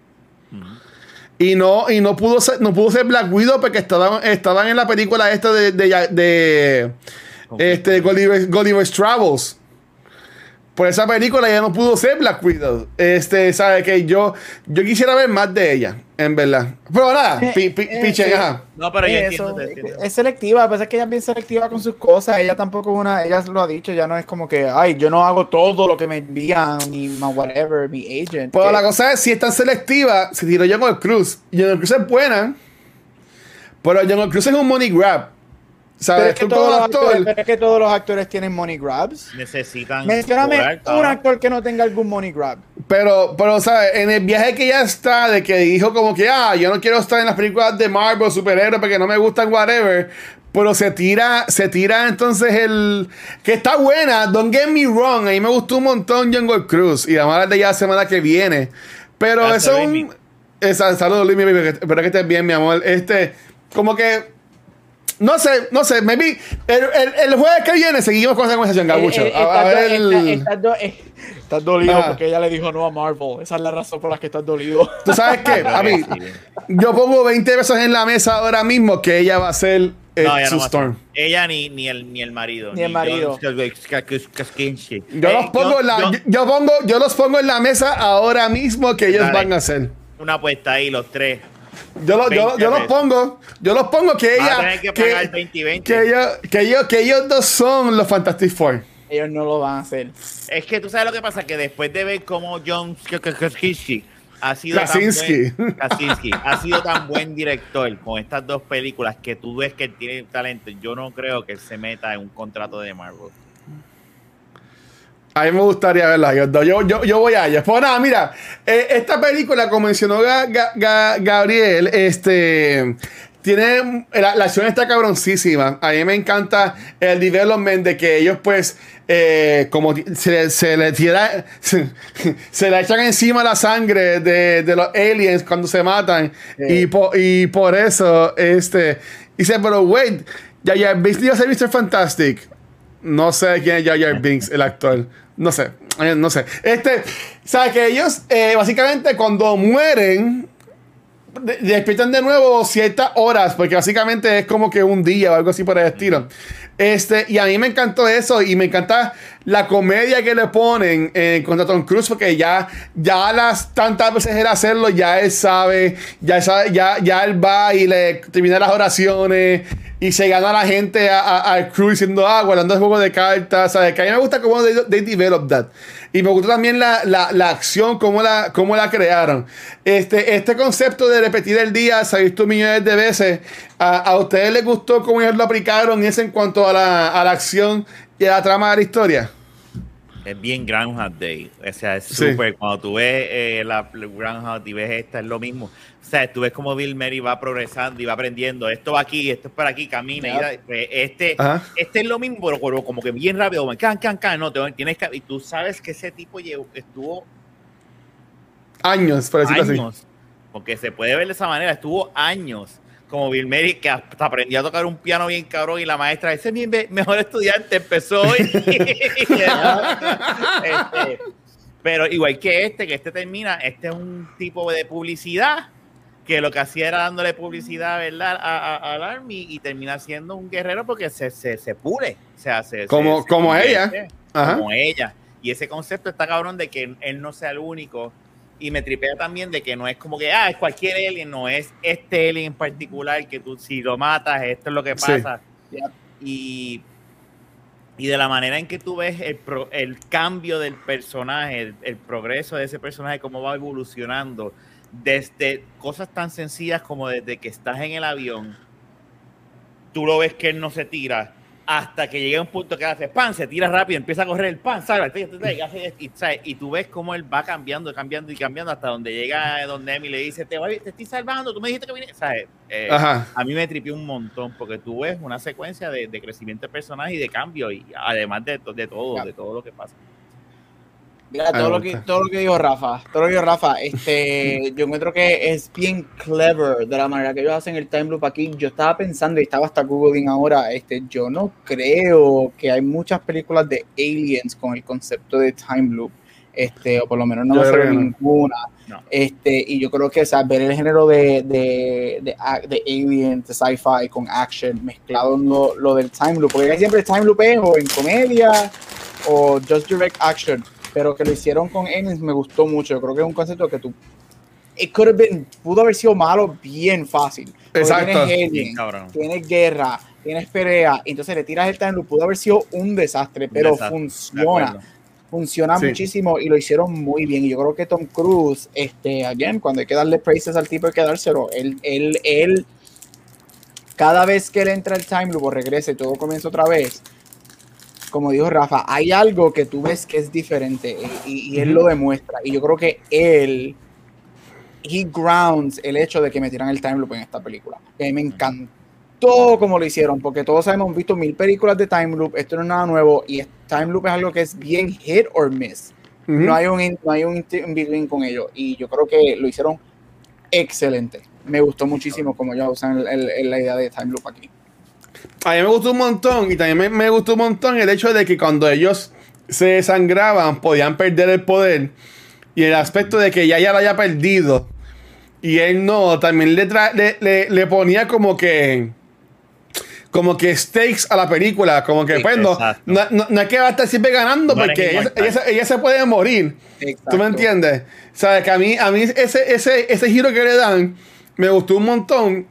[SPEAKER 1] Y no, y no pudo ser, no pudo ser Black Widow porque estaban, estaban en la película esta de, de, de, de okay. este, Gulliver, Gulliver's Travels. Por esa película ella no pudo ser Black Widow. Este, sabe que yo, yo quisiera ver más de ella, en verdad. Pero nada,
[SPEAKER 2] eh,
[SPEAKER 1] pi, pi,
[SPEAKER 2] eh,
[SPEAKER 1] piche,
[SPEAKER 2] eh,
[SPEAKER 1] ajá.
[SPEAKER 3] No, pero yo
[SPEAKER 2] eso,
[SPEAKER 3] entiendo, entiendo.
[SPEAKER 2] Es selectiva, a veces que ella es bien selectiva con sus cosas. Ella tampoco es una, ella lo ha dicho, ya no es como que, ay, yo no hago todo lo que me envían, mi whatever, mi agent.
[SPEAKER 1] Pero
[SPEAKER 2] que,
[SPEAKER 1] la cosa es, si es tan selectiva, se tiró Jungle Cruise. Jungle Cruise es buena, pero Jungle Cruise es un money grab. ¿Sabes?
[SPEAKER 2] Pero es, que
[SPEAKER 1] Tú
[SPEAKER 2] todos
[SPEAKER 1] como
[SPEAKER 2] los
[SPEAKER 1] actor,
[SPEAKER 2] actores, pero es que todos los actores tienen money grabs.
[SPEAKER 3] Necesitan.
[SPEAKER 2] Mencióname
[SPEAKER 3] cobrar,
[SPEAKER 2] un actor que no tenga algún money grab.
[SPEAKER 1] Pero, pero, ¿sabes? En el viaje que ya está, de que dijo como que, ah, yo no quiero estar en las películas de Marvel, superhéroes, porque no me gustan, whatever. Pero se tira, se tira entonces el... Que está buena, don't get me wrong. A mí me gustó un montón Jungle Cruise. Y vamos a hablar de ya la semana que viene. Pero
[SPEAKER 3] Gracias,
[SPEAKER 1] eso es
[SPEAKER 3] baby.
[SPEAKER 1] un... Esa, saludos, Luis, mi baby, espero que estés bien, mi amor. Este, como que... No sé, no sé, maybe el, el, el jueves que viene seguimos con esa conversación, Gabucho.
[SPEAKER 2] Eh, eh,
[SPEAKER 1] a, a
[SPEAKER 2] estás
[SPEAKER 1] ver
[SPEAKER 2] do-
[SPEAKER 1] el...
[SPEAKER 2] estás- estás do- eh, estás dolido
[SPEAKER 1] Ah.
[SPEAKER 2] porque ella le dijo no a Marvel. Esa es la razón por la que estás dolido.
[SPEAKER 1] ¿Tú sabes qué? A mí, yo pongo veinte pesos en la mesa ahora mismo que ella va a ser eh,
[SPEAKER 3] No, ella
[SPEAKER 1] su
[SPEAKER 3] no va a
[SPEAKER 1] Storm.
[SPEAKER 3] ser. Ella ni, ni, el, ni el marido.
[SPEAKER 2] Ni el marido.
[SPEAKER 3] John Krasinski.
[SPEAKER 1] Yo
[SPEAKER 3] Eh,
[SPEAKER 1] los pongo en la,
[SPEAKER 3] yo-
[SPEAKER 1] yo, yo pongo, yo los pongo en la mesa ahora mismo que ellos
[SPEAKER 3] Dale.
[SPEAKER 1] van a hacer.
[SPEAKER 3] Una apuesta ahí, los tres.
[SPEAKER 1] Yo, lo- yo, yo los
[SPEAKER 3] veinte
[SPEAKER 1] pongo, yo los pongo que
[SPEAKER 3] Vas a
[SPEAKER 1] ella,
[SPEAKER 3] tener que
[SPEAKER 1] que,
[SPEAKER 3] pagar veinte y veinte.
[SPEAKER 1] que ellos, que ellos, que ellos dos son los Fantastic Four.
[SPEAKER 2] Ellos no lo van a hacer.
[SPEAKER 3] Es que tú sabes lo que pasa, que después de ver cómo John Krasinski ha sido
[SPEAKER 1] Krasinski.
[SPEAKER 3] tan buen, Krasinski ha sido tan buen director con estas dos películas que tú ves que él tiene talento, yo no creo que él se meta en un contrato de Marvel.
[SPEAKER 1] A mí me gustaría verla. Yo, yo, yo, yo voy a ella. Pues nada, mira, eh, esta película, como mencionó Ga- Ga- Ga- Gabriel, este tiene la, la acción está cabroncísima. A mí me encanta el development de que ellos, pues, eh, como ti- se, se le tira, se, se le echan encima la sangre de, de los aliens cuando se matan.
[SPEAKER 2] Sí.
[SPEAKER 1] Y, po- y por eso, este, dice, pero wait, ya, ya, ¿viste a ser mister Fantastic? No sé quién es Jar Jar Binks, el actor. No sé, eh, no sé. Este, ¿sabes que ellos, eh, básicamente, cuando mueren, de- despiertan de nuevo ciertas horas, porque básicamente es como que un día o algo así por el estilo. Este, y a mí me encantó eso, y me encanta la comedia que le ponen eh, contra Tom Cruise, porque ya, ya las tantas veces él hacerlo, ya él sabe, ya él sabe, ya, ya él va y le termina las oraciones. Y se gana a la gente a- a- al crew diciendo, ah, guardando el juego de cartas, ¿sabes? Que a mí me gusta cómo they, they develop that. Y me gustó también la, la, la acción, cómo la, cómo la crearon. Este, este concepto de repetir el día se ha visto millones de veces. ¿A, a ustedes les gustó cómo ellos lo aplicaron? Y eso en cuanto a la, a la acción y a la trama de la historia.
[SPEAKER 3] Es bien Groundhog Day. O sea, es
[SPEAKER 1] Sí.
[SPEAKER 3] súper. Cuando tú ves eh, la la Groundhog y ves esta, es lo mismo. O sea, tú ves como Bill Murray va progresando y va aprendiendo. Esto va aquí, esto es para aquí, camina. Y da- pues, este,
[SPEAKER 1] Ajá.
[SPEAKER 3] este es lo mismo, pero como, como que bien rápido. Como, can, can, can. No, te- tienes que. Y tú sabes que ese tipo llevó- estuvo
[SPEAKER 1] Años, por decirlo así.
[SPEAKER 3] años. Porque se puede ver de esa manera. Estuvo años. Como Bill Murray, que hasta aprendió a tocar un piano bien cabrón. Y la maestra, ese es mi me- mejor estudiante, empezó hoy. Este, pero igual que este, que este termina, este es un tipo de publicidad que lo que hacía era dándole publicidad, ¿verdad? A, a- al Army y termina siendo un guerrero porque se, se, se pule. O sea, se,
[SPEAKER 1] Como-
[SPEAKER 3] se- se
[SPEAKER 1] como
[SPEAKER 3] convierte,
[SPEAKER 1] ella. Ajá.
[SPEAKER 3] Como ella. Y ese concepto está cabrón de que él no sea el único. Y me tripea también de que no es como que, ah, es cualquier alien, no es este alien en particular que tú si lo matas, esto es lo que
[SPEAKER 1] Sí.
[SPEAKER 3] pasa. Y, y de la manera en que tú ves el, pro- el cambio del personaje, el, el progreso de ese personaje, cómo va evolucionando, desde cosas tan sencillas como desde que estás en el avión, tú lo ves que él no se tira, hasta que llega un punto que hace pan, se tira rápido, empieza a correr el pan, ¿sabes? Y, hace- y, ¿sabes? Y tú ves cómo él va cambiando, cambiando y cambiando hasta donde llega donde Emi le dice, te, voy, te estoy salvando, tú me dijiste que vine, ¿sabes? Eh,
[SPEAKER 1] Ajá.
[SPEAKER 3] a mí me tripió un montón porque tú ves una secuencia de, de crecimiento de personaje y de cambio y además de, to- de todo, de todo lo que pasa.
[SPEAKER 2] Mira, todo lo, que, todo lo que dijo Rafa, todo lo que dijo Rafa, este, yo encuentro que es bien clever de la manera que ellos hacen el time loop aquí. Yo estaba pensando y estaba hasta googling ahora, este, yo no creo que hay muchas películas de aliens con el concepto de time loop, este, o por lo menos no me sale ninguna. No. Este, y yo creo que, o sea, ver el género de, de, de, de aliens, de sci-fi con action, mezclado en lo, lo del time loop, porque siempre el time loop es o en comedia o just direct action. Pero que lo hicieron con aliens me gustó mucho. Yo creo que es un concepto que tú... It could have been, pudo haber sido malo bien fácil.
[SPEAKER 1] Exacto.
[SPEAKER 2] Tienes aliens, tienes guerra, tienes pelea, entonces le tiras el time loop. Pudo haber sido un desastre, pero un desastre. funciona. Funciona sí. muchísimo y lo hicieron muy bien. Y yo creo que Tom Cruise, este, again, cuando hay que darle praises al tipo hay que dárselo. Él, él, él, cada vez que él entra el time loop o regresa y todo comienza otra vez, como dijo Rafa, hay algo que tú ves que es diferente y, y él lo demuestra. Y yo creo que él, he grounds el hecho de que metieran el time loop en esta película. Que a mí me encantó como lo hicieron, porque todos hemos visto mil películas de time loop, esto no es nada nuevo, y time loop es algo que es bien hit or miss. Uh-huh. No hay un, no hay un in between con ello. Y yo creo que lo hicieron excelente. Me gustó muchísimo como ellos usan el, el, el, la idea de time loop aquí.
[SPEAKER 1] A mí me gustó un montón y también me, me gustó un montón el hecho de que cuando ellos se desangraban podían perder el poder y el aspecto de que ya ya lo haya perdido y él no, también le, tra le, le, le ponía como que como que stakes a la película, como que sí, pues no, no, no, no es que va a estar siempre ganando no porque ella, ella, ella se puede morir. Exacto. ¿Tú me entiendes? Sabes que a mí, a mí ese, ese, ese giro que le dan me gustó un montón.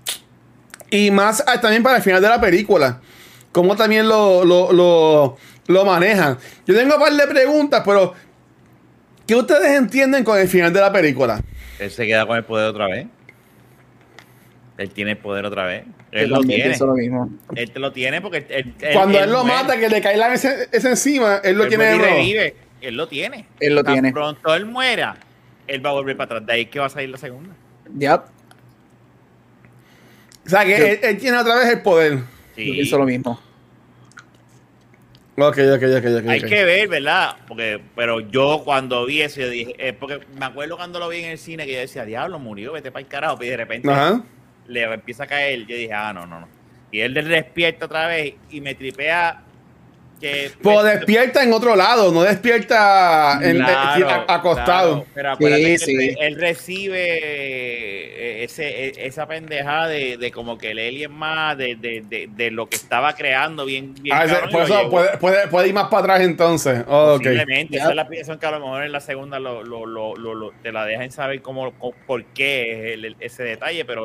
[SPEAKER 1] Y más también para el final de la película. Cómo también lo, lo, lo, lo manejan. Yo tengo un par de preguntas, pero ¿qué ustedes entienden con el final de la película?
[SPEAKER 3] Él se queda con el poder otra vez. Él tiene el poder otra vez. Él Yo lo tiene.
[SPEAKER 2] Lo mismo.
[SPEAKER 3] Él te lo tiene porque... Él, él,
[SPEAKER 1] Cuando él,
[SPEAKER 3] él
[SPEAKER 1] lo
[SPEAKER 3] muere.
[SPEAKER 1] mata, que le cae la ese, ese encima, él lo
[SPEAKER 3] él
[SPEAKER 1] tiene de nuevo.
[SPEAKER 3] Revive. Él lo tiene.
[SPEAKER 2] Él lo
[SPEAKER 3] Tan
[SPEAKER 2] tiene.
[SPEAKER 3] pronto él muera, él va a volver para atrás. De ahí que va a salir la segunda.
[SPEAKER 2] Yep.
[SPEAKER 1] O sea, que él, él tiene otra vez el poder.
[SPEAKER 2] Sí. Yo pienso lo mismo.
[SPEAKER 1] Ok, ok, ok, ok.
[SPEAKER 3] Hay
[SPEAKER 1] okay.
[SPEAKER 3] que ver, ¿verdad? Porque, pero yo cuando vi eso, yo dije, eh, porque me acuerdo cuando lo vi en el cine que yo decía, diablo, murió, vete para el carajo. Y de repente
[SPEAKER 1] Ajá.
[SPEAKER 3] le empieza a caer. Yo dije, ah, no, no, no. Y él despierta otra vez y me tripea que...
[SPEAKER 1] Pues despierta en otro lado, no despierta en,
[SPEAKER 3] claro,
[SPEAKER 1] en, acostado.
[SPEAKER 3] Claro. Pero acuérdate
[SPEAKER 2] sí,
[SPEAKER 3] que
[SPEAKER 2] sí.
[SPEAKER 3] él recibe ese, esa pendejada de, de como que el alien más de, de, de, de lo que estaba creando bien, bien
[SPEAKER 1] ah,
[SPEAKER 3] cabrón,
[SPEAKER 1] por eso puede, puede, puede ir más para atrás entonces. Oh,
[SPEAKER 3] posiblemente,
[SPEAKER 1] okay.
[SPEAKER 3] Esa es la explicación que a lo mejor en la segunda lo, lo, lo, lo, lo, te la dejan saber cómo, cómo por qué es el, ese detalle, pero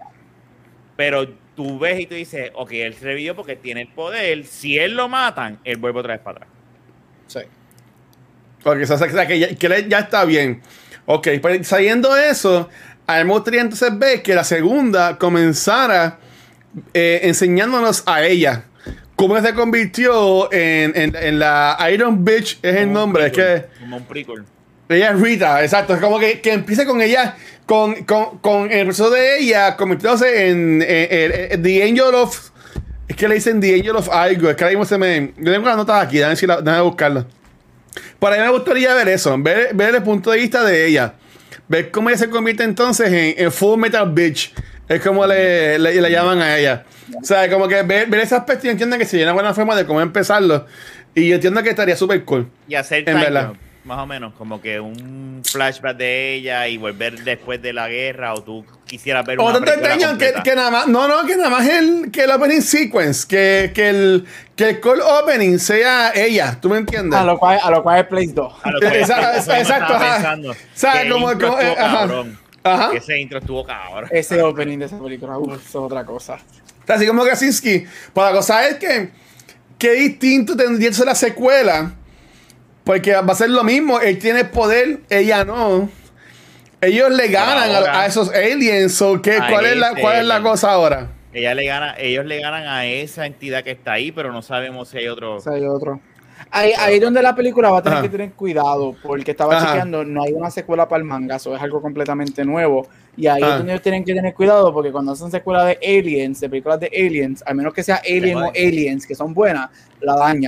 [SPEAKER 3] pero tú ves y tú dices, ok, él se revivió porque tiene el poder, si él lo matan, él vuelve otra vez para atrás.
[SPEAKER 2] Sí.
[SPEAKER 1] Porque o sea, que, ya, que ya está bien. Ok, pero sabiendo eso, a mí me gustaría entonces ver que la segunda comenzara eh, enseñándonos a ella. Cómo se convirtió en, en, en la Iron Bitch, es el nombre. Es que,
[SPEAKER 3] como un prequel.
[SPEAKER 1] Ella es Rita, exacto. Es como que, que empiece con ella, con, con, con el proceso de ella, convirtiéndose en, en, en, en The Angel of... Es que le dicen The Angel of algo. Es que ahora mismo se me... Yo tengo las notas aquí, déjame, si la, déjame buscarlas. Para mí me gustaría ver eso, ver, ver el punto de vista de ella. Ver cómo ella se convierte entonces en, en Full Metal Bitch. Es como le, le, le llaman a ella. O sea, como que ver, ver ese aspecto y entiendo que sería una buena forma de cómo empezarlo. Y yo entiendo que estaría súper cool.
[SPEAKER 3] Y hacer
[SPEAKER 1] en verdad.
[SPEAKER 3] Más o menos, como que un flashback de ella y volver después de la guerra, o tú quisieras ver una
[SPEAKER 1] película que, que nada más, no, no, que nada más el, que el opening sequence, que, que el que el cold opening sea ella, ¿tú me entiendes?
[SPEAKER 2] A lo cual, a lo cual es Place dos.
[SPEAKER 1] Exacto, exacto.
[SPEAKER 3] Pensando,
[SPEAKER 1] ¿sabes? Como, como eh, ajá. Ajá.
[SPEAKER 3] Ese intro estuvo cabrón.
[SPEAKER 2] Ese opening de esa película, uf, eso es otra cosa.
[SPEAKER 1] Así como Krasinski, pues la cosa es que qué distinto tendría que ser la secuela. Porque va a ser lo mismo. Él tiene poder, ella no. Ellos le ganan a, a esos aliens. So, ¿qué, cuál, es la, ¿Cuál es la cosa ahora?
[SPEAKER 3] Ella le gana, ellos le ganan a esa entidad que está ahí, pero no sabemos si hay otro.
[SPEAKER 2] Si hay otro. Ahí, ahí donde la película va a tener Ajá. que tener cuidado. Porque estaba Ajá. chequeando, no hay una secuela para el manga. Eso es algo completamente nuevo. Y ahí Ajá. es donde ellos tienen que tener cuidado. Porque cuando hacen secuela de aliens, de películas de aliens, a menos que sea Alien o Aliens, que son buenas, la dañan.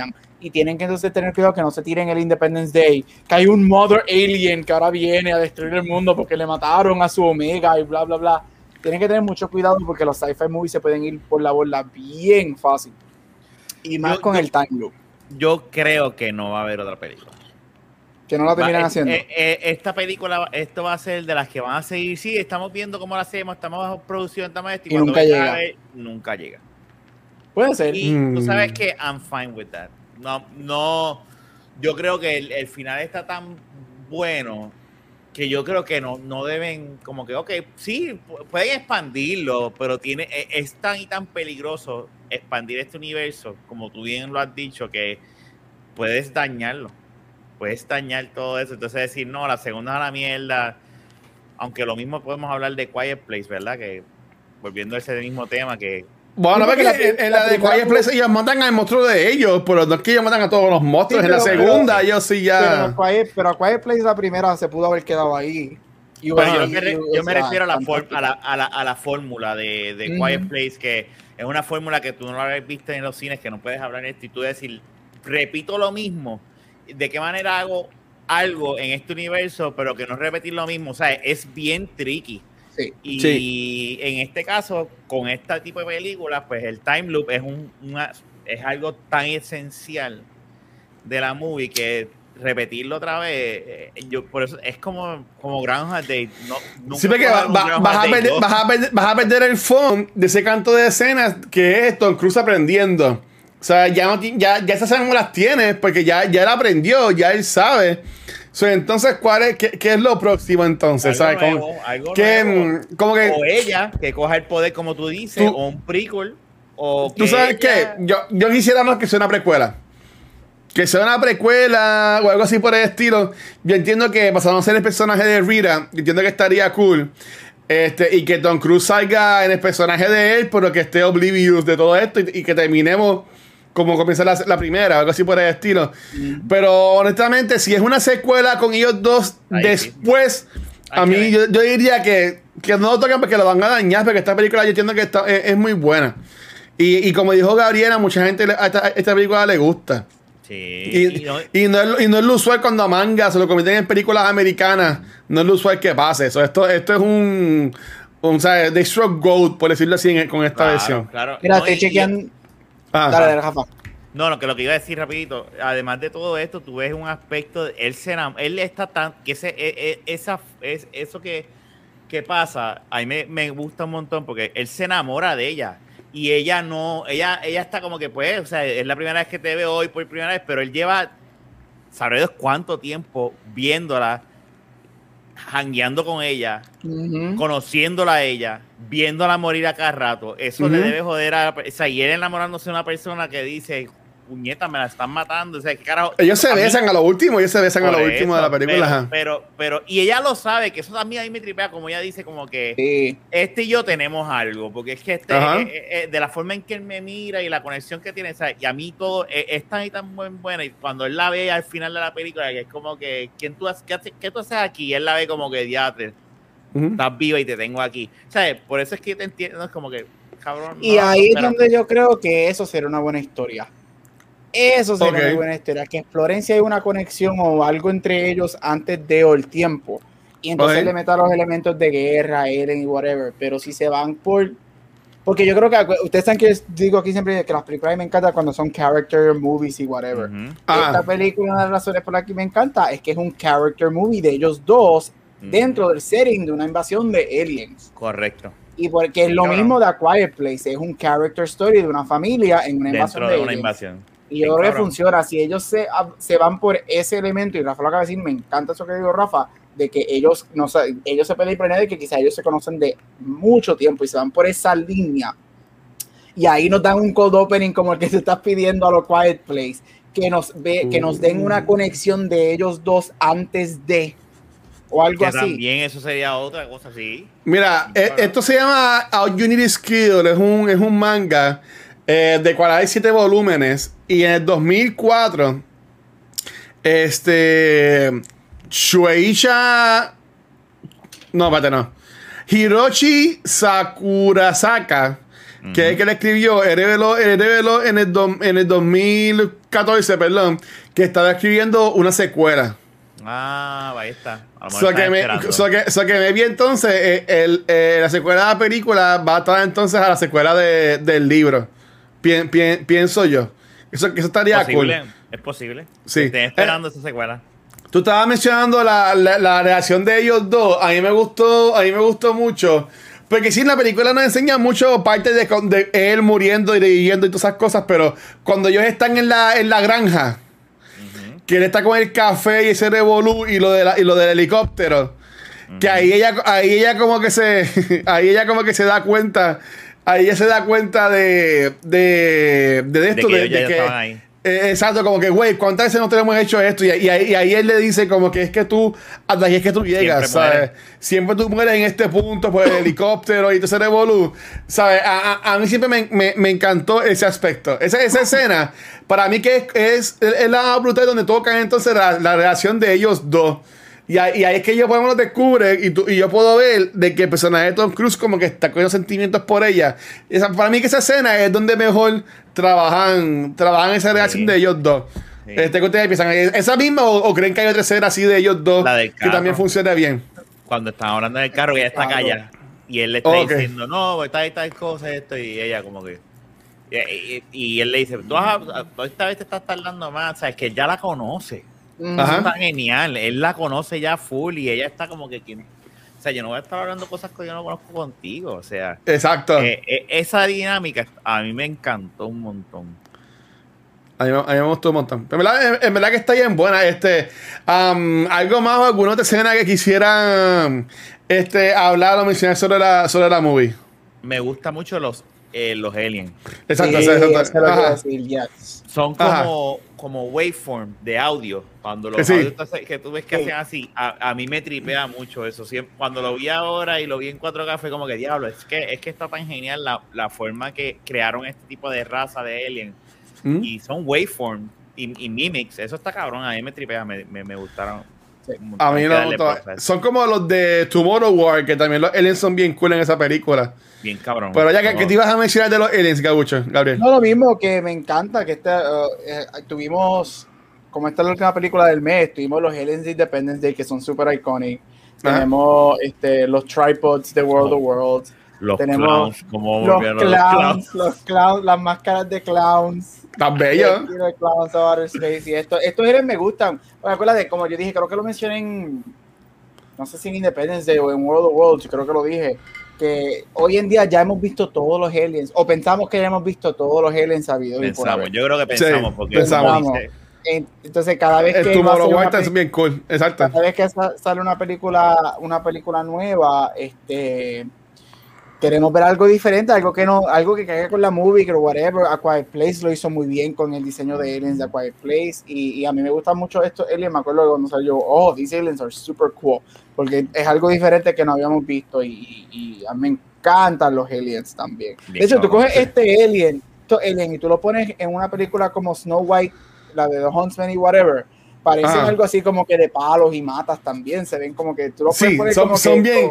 [SPEAKER 2] y tienen que entonces tener cuidado que no se tiren el Independence Day, que hay un Mother Alien que ahora viene a destruir el mundo porque le mataron a su Omega y bla, bla, bla. Tienen que tener mucho cuidado porque los sci-fi movies se pueden ir por la borda bien fácil. Y más
[SPEAKER 3] yo,
[SPEAKER 2] con
[SPEAKER 3] yo,
[SPEAKER 2] el time loop.
[SPEAKER 3] Yo creo que no va a haber otra película.
[SPEAKER 2] Que no la terminan
[SPEAKER 3] va,
[SPEAKER 2] haciendo.
[SPEAKER 3] Eh, eh, esta película, esto va a ser de las que van a seguir. Sí, estamos viendo cómo la hacemos, estamos bajo producción, estamos esto, y,
[SPEAKER 2] y nunca llega.
[SPEAKER 3] Ver, nunca llega.
[SPEAKER 2] Puede ser.
[SPEAKER 3] Y
[SPEAKER 1] mm.
[SPEAKER 3] tú sabes que I'm fine with that. No, no, yo creo que el, el final está tan bueno que yo creo que no, no deben, como que, ok, sí, pueden expandirlo, pero tiene, es tan y tan peligroso expandir este universo, como tú bien lo has dicho, que puedes dañarlo, puedes dañar todo eso. Entonces decir, no, la segunda es a la mierda, aunque lo mismo podemos hablar de Quiet Place, ¿verdad? Que volviendo a ese mismo tema, que
[SPEAKER 1] bueno, porque
[SPEAKER 2] la,
[SPEAKER 1] en, en la, la de Quiet Place ellos matan al monstruo de ellos, pero no es que ellos matan a todos los monstruos. Sí, pero, en la segunda pero, ellos sí ya...
[SPEAKER 2] Pero a, Quiet, pero a Quiet Place la primera se pudo haber quedado ahí.
[SPEAKER 3] Y bueno, yo, me, re, yo me refiero a la, for, a la, a la, a la fórmula de, de mm. Quiet Place, que es una fórmula que tú no la habías visto en los cines, que no puedes hablar en esto y tú decir, repito lo mismo, ¿de qué manera hago algo en este universo, pero que no repetir lo mismo? O sea, es bien tricky. Sí. Y sí. En este caso, con este tipo de películas, pues el time loop es un una, es algo tan esencial de la movie que repetirlo otra vez, yo por eso es como, como Groundhog Day. No, nunca
[SPEAKER 1] sí, porque va, va, vas, a perder, vas, a perder, vas a perder el fun de ese canto de escenas que es Tom Cruise aprendiendo. O sea, ya, no, ya, ya esas escenas las tienes porque ya, ya él aprendió, ya él sabe. So, entonces, ¿cuál es, qué, qué es lo próximo entonces?
[SPEAKER 3] Algo
[SPEAKER 1] ¿sabes?
[SPEAKER 3] Nuevo,
[SPEAKER 1] como,
[SPEAKER 3] algo
[SPEAKER 1] que,
[SPEAKER 3] nuevo.
[SPEAKER 1] Como que,
[SPEAKER 3] o ella, que coja el poder como tú dices, tú, o un prequel. O
[SPEAKER 1] ¿tú sabes
[SPEAKER 3] ella...
[SPEAKER 1] qué? Yo, yo quisiera más que sea una precuela. Que sea una precuela o algo así por el estilo. Yo entiendo que pasando a ser el personaje de Rita, yo entiendo que estaría cool. Este, y que Tom Cruise salga en el personaje de él, pero que esté oblivious de todo esto y, y que terminemos como comienza la, la primera, algo así por el estilo. Mm. Pero honestamente, si es una secuela con ellos dos Ahí después, sí. a mí yo, yo diría que, que no lo toquen porque lo van a dañar, porque esta película yo entiendo que está, es, es muy buena. Y, y como dijo Gabriela, mucha gente a esta, a esta película le gusta.
[SPEAKER 3] Sí.
[SPEAKER 1] Y, y, no, y, no es, y no es lo usual cuando a manga se lo convierten en películas americanas, no es lo usual que pase eso. Esto, esto es un, un ¿sabes? They struck gold, por decirlo así, en, con esta
[SPEAKER 3] claro,
[SPEAKER 1] versión.
[SPEAKER 3] Claro.
[SPEAKER 2] Mira,
[SPEAKER 3] no,
[SPEAKER 2] te chequean.
[SPEAKER 1] Ah,
[SPEAKER 2] dale, dale, Rafa.
[SPEAKER 3] No, no, que lo que iba a decir rapidito, además de todo esto, tú ves un aspecto, de, él se enam- él está tan, que ese, e, e, esa, es, eso que, que pasa, a mí me, me gusta un montón porque él se enamora de ella y ella no, ella, ella está como que pues, o sea, es la primera vez que te ve hoy por primera vez, pero él lleva, sabré Dios cuánto tiempo viéndola, jangueando con ella, uh-huh. conociéndola a ella, viéndola morir a cada rato. Eso uh-huh. le debe joder a... O sea, y él enamorándose de una persona que dice, puñeta, me la están matando. O sea, ¿qué carajo?
[SPEAKER 1] Ellos se a besan mí, a lo último, ellos se besan a lo
[SPEAKER 3] eso,
[SPEAKER 1] último de la película.
[SPEAKER 3] Pero, pero, pero, y ella lo sabe, que eso también ahí me tripea, como ella dice, como que
[SPEAKER 2] sí.
[SPEAKER 3] este y yo tenemos algo, porque es que este, eh, eh, de la forma en que él me mira y la conexión que tiene, o sea, y a mí todo eh, es tan y tan buen, buena, y cuando él la ve al final de la película, que es como que, ¿quién tú, qué, ¿qué tú haces aquí? Y él la ve como que, diatre, uh-huh. estás viva y te tengo aquí. O sea, por eso es que te entiendo, es como que, cabrón.
[SPEAKER 2] Y
[SPEAKER 3] no,
[SPEAKER 2] ahí
[SPEAKER 3] pero,
[SPEAKER 2] es donde yo creo que eso será una buena historia. Eso sería okay. una buena historia, que exploren si hay una conexión o algo entre ellos antes de o el tiempo. Y entonces okay. le metan los elementos de guerra, Eren y whatever. Pero si se van por... Porque yo creo que... Ustedes saben que digo aquí siempre que las películas me encantan cuando son character movies y whatever. Uh-huh. Esta ah. película, una de las razones por las que me encanta es que es un character movie de ellos dos uh-huh. dentro del setting de una invasión de aliens.
[SPEAKER 3] Correcto.
[SPEAKER 2] Y porque es lo claro. mismo de A Quiet Place. Es un character story de una familia en una invasión
[SPEAKER 3] dentro de,
[SPEAKER 2] de
[SPEAKER 3] una
[SPEAKER 2] aliens.
[SPEAKER 3] invasión.
[SPEAKER 2] Y yo creo que funciona. Si ellos se, se van por ese elemento, y Rafa lo acaba de decir, me encanta eso que digo Rafa, de que ellos no ellos se pueden imponer de que quizás ellos se conocen de mucho tiempo y se van por esa línea. Y ahí nos dan un cold opening como el que te estás pidiendo a los Quiet Place, que nos ve, que nos den una conexión de ellos dos antes de, o algo
[SPEAKER 3] que
[SPEAKER 2] así.
[SPEAKER 3] También eso sería otra cosa así.
[SPEAKER 1] Mira, eh, esto se llama Our Unity Skill, es un, es un manga. Eh, de cual hay siete volúmenes. Y en el dos mil cuatro este Shueisha no, espérate, no Hiroshi Sakurasaka que es el que le escribió, él reveló, él reveló en, el do, en el dos mil catorce, perdón, que estaba escribiendo una secuela.
[SPEAKER 3] Ah, ahí está.
[SPEAKER 1] So que, me, so, que, so que me vi entonces, eh, el, eh, la secuela de la película va a estar entonces a la secuela de, del libro. Pien, pien, pienso yo. Eso, eso estaría
[SPEAKER 3] posible,
[SPEAKER 1] cool.
[SPEAKER 3] Es posible.
[SPEAKER 1] Sí.
[SPEAKER 3] Estoy esperando
[SPEAKER 1] eh,
[SPEAKER 3] esa secuela.
[SPEAKER 1] Tú estabas mencionando la, la, la relación de ellos dos. A mí me gustó, a mí me gustó mucho. Porque sí, la película nos enseña mucho parte de, de él muriendo y reviviendo y todas esas cosas, pero cuando ellos están en la, en la granja, uh-huh. que él está con el café y ese revolú y lo, de la, y lo del helicóptero, uh-huh. que ahí ella, ahí ella como que se, ahí ella como que se da cuenta, ahí ella se da cuenta de, de, de esto, de que, de, de que ahí. Eh, exacto, como que, güey, ¿cuántas veces nosotros hemos hecho esto? Y, y, ahí, y ahí él le dice como que es que tú, hasta ahí es que tú llegas, Siempre ¿sabes? Muere. Siempre tú mueres en este punto por el helicóptero y todo ese revolú, ¿sabes? A, a, a mí siempre me, me, me encantó ese aspecto. Esa, esa escena, para mí que es, es, es la brutal donde tocan entonces la, la relación de ellos dos. Y ahí, y ahí es que ellos podemos lo descubre y, tú, y yo puedo ver de que el personaje de Tom Cruise como que está con los sentimientos por ella. Esa, para mí que esa escena es donde mejor trabajan trabajan esa relación sí. de ellos dos. Sí. Este, que ustedes piensan, ¿esa misma o, o creen que hay otra escena así de ellos dos que también funciona bien?
[SPEAKER 3] Cuando están hablando del carro y ella está callada y él le está okay. diciendo, no, está esta cosa, esto, y ella como que... Y, y, y él le dice, tú esta vez te estás tardando más, o sea, es que ya la conoce. Ajá. Eso está genial, él la conoce ya full y ella está como que quien, o sea, yo no voy a estar hablando cosas que yo no conozco contigo, o sea,
[SPEAKER 1] exacto.
[SPEAKER 3] Eh, eh, esa dinámica a mí me encantó un montón.
[SPEAKER 1] A mí, a mí me gustó un montón. En verdad, en, en verdad que está bien buena. Este, um, algo más o alguna otra escena que quisieran este, hablar o mencionar sobre la, sobre la movie.
[SPEAKER 3] Me gusta mucho los Eh, los aliens.
[SPEAKER 1] Exacto,
[SPEAKER 2] sí,
[SPEAKER 1] exacto.
[SPEAKER 2] Eso lo quiero decir, yes.
[SPEAKER 3] Son como, como waveform de audio. Cuando los
[SPEAKER 1] sí.
[SPEAKER 3] audios que tú ves que
[SPEAKER 2] sí.
[SPEAKER 3] hacen así, a, a mí me tripea mucho eso. Siempre, cuando lo vi ahora y lo vi en cuatro K fue como que diablo, es que, es que está tan genial la, la forma que crearon este tipo de raza de aliens. ¿Mm? Y son waveform y, y mimics. Eso está cabrón, a mí me tripea, me, me, me gustaron.
[SPEAKER 1] Sí. A mí no me gustó. Son como los de Tomorrow War, que también los aliens son bien cool en esa película.
[SPEAKER 3] Bien cabrón.
[SPEAKER 1] Pero ya que, que te ibas a mencionar de los aliens, Gabucho, Gabriel.
[SPEAKER 2] No, lo mismo, que me encanta que este, uh, eh, tuvimos, como esta es la última película del mes, tuvimos los aliens de Independence Day, que son super iconic. Ajá. Tenemos este, los tripods de World oh. of Worlds.
[SPEAKER 3] Los
[SPEAKER 2] tenemos
[SPEAKER 3] clowns, como
[SPEAKER 2] los clowns, los clowns, los clowns, las máscaras de clowns.
[SPEAKER 1] Tan bello.
[SPEAKER 2] De clowns outer space y esto, estos aliens me gustan. Bueno, acuérdate, como yo dije, creo que lo mencioné en, no sé si en Independence Day o en World of Worlds, creo que lo dije, que hoy en día ya hemos visto todos los aliens, o pensamos que ya hemos visto todos los aliens sabidos.
[SPEAKER 3] Pensamos, yo creo que pensamos, sí, porque
[SPEAKER 1] pensamos.
[SPEAKER 2] Entonces cada vez
[SPEAKER 1] el
[SPEAKER 2] que
[SPEAKER 1] Tomorrow War es bien cool, exacto.
[SPEAKER 2] Cada vez que sale una película, una película nueva, este queremos ver algo diferente, algo que no, algo que caiga con la movie, que whatever. A Quiet Place lo hizo muy bien con el diseño de aliens de A Quiet Place, y, y a mí me gustan mucho estos aliens. Me acuerdo cuando salió, oh, these aliens are super cool, porque es algo diferente que no habíamos visto, y, y, y a mí me encantan los aliens también. Bien, de hecho, tú coges este alien, estos aliens, y tú lo pones en una película como Snow White, la de The Huntsman y whatever, parecen ah. algo así como que de palos y matas también, se ven como que tú los
[SPEAKER 1] sí,
[SPEAKER 2] pones
[SPEAKER 1] son,
[SPEAKER 2] como
[SPEAKER 1] son
[SPEAKER 2] que,
[SPEAKER 1] bien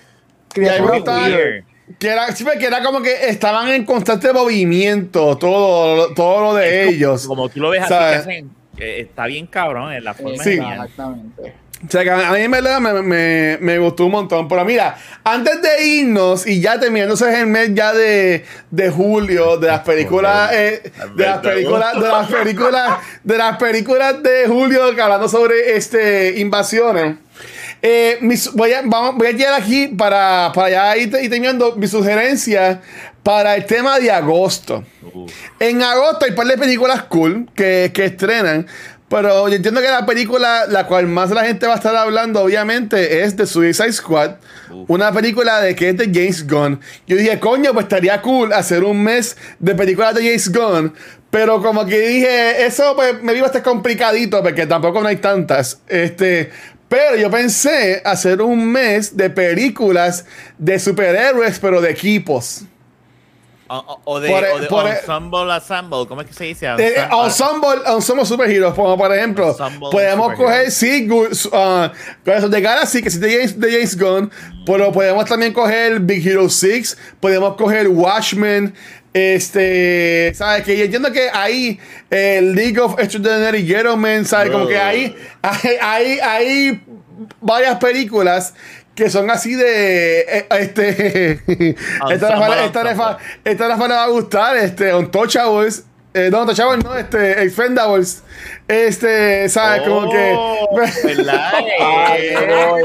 [SPEAKER 2] criaturas
[SPEAKER 1] que era, sí, que era como que estaban en constante movimiento, todo, todo lo de
[SPEAKER 3] es
[SPEAKER 1] ellos.
[SPEAKER 3] Como, como tú lo ves así, que hacen, que está bien cabrón en la forma.
[SPEAKER 1] Sí,
[SPEAKER 2] exactamente.
[SPEAKER 1] O sea, que a mí en verdad me, me, me gustó un montón. Pero mira, antes de irnos y ya terminándose el mes ya de, de julio, de las películas, eh, de las películas, de las películas, de las películas de julio, que hablando sobre este invasiones. Eh, mis, voy, a, vamos, voy a llegar aquí para, para ya ir, ir terminando mi sugerencia para el tema de agosto. Uh. En agosto hay un par de películas cool que, que estrenan. Pero yo entiendo que la película la cual más la gente va a estar hablando, obviamente, es de Suicide Squad. Uf. Una película de que es de James Gunn. Yo dije, coño, pues estaría cool hacer un mes de películas de James Gunn. Pero como que dije, eso pues me iba a estar complicadito porque tampoco no hay tantas. Este, pero yo pensé hacer un mes de películas de superhéroes, pero de equipos.
[SPEAKER 3] O, o- o de,
[SPEAKER 1] Por-
[SPEAKER 3] o de
[SPEAKER 1] por-
[SPEAKER 3] ensemble, ensemble, ¿cómo es que se dice?
[SPEAKER 1] Eh, eh, ensemble, ensemble superheroes, como por ejemplo,
[SPEAKER 3] Ensemble
[SPEAKER 1] podemos
[SPEAKER 3] superheroes.
[SPEAKER 1] coger, sí, gu- uh, Guardians de Galaxy, que es de James, de James Gunn, pero podemos también coger Big Hero seis, podemos coger Watchmen, este, ¿sabes? Que yo entiendo que ahí el League of Extraordinary Gentlemen, ¿sabes? Como que ahí hay, hay, hay varias películas que son así de eh, este esta la fala- esta la fa- esta la fala va a gustar, este Untouchables, eh, no Untouchables no, este Expendables, este, ¿sabes? Como que
[SPEAKER 3] ¿verdad?
[SPEAKER 2] Ay,
[SPEAKER 3] Eh,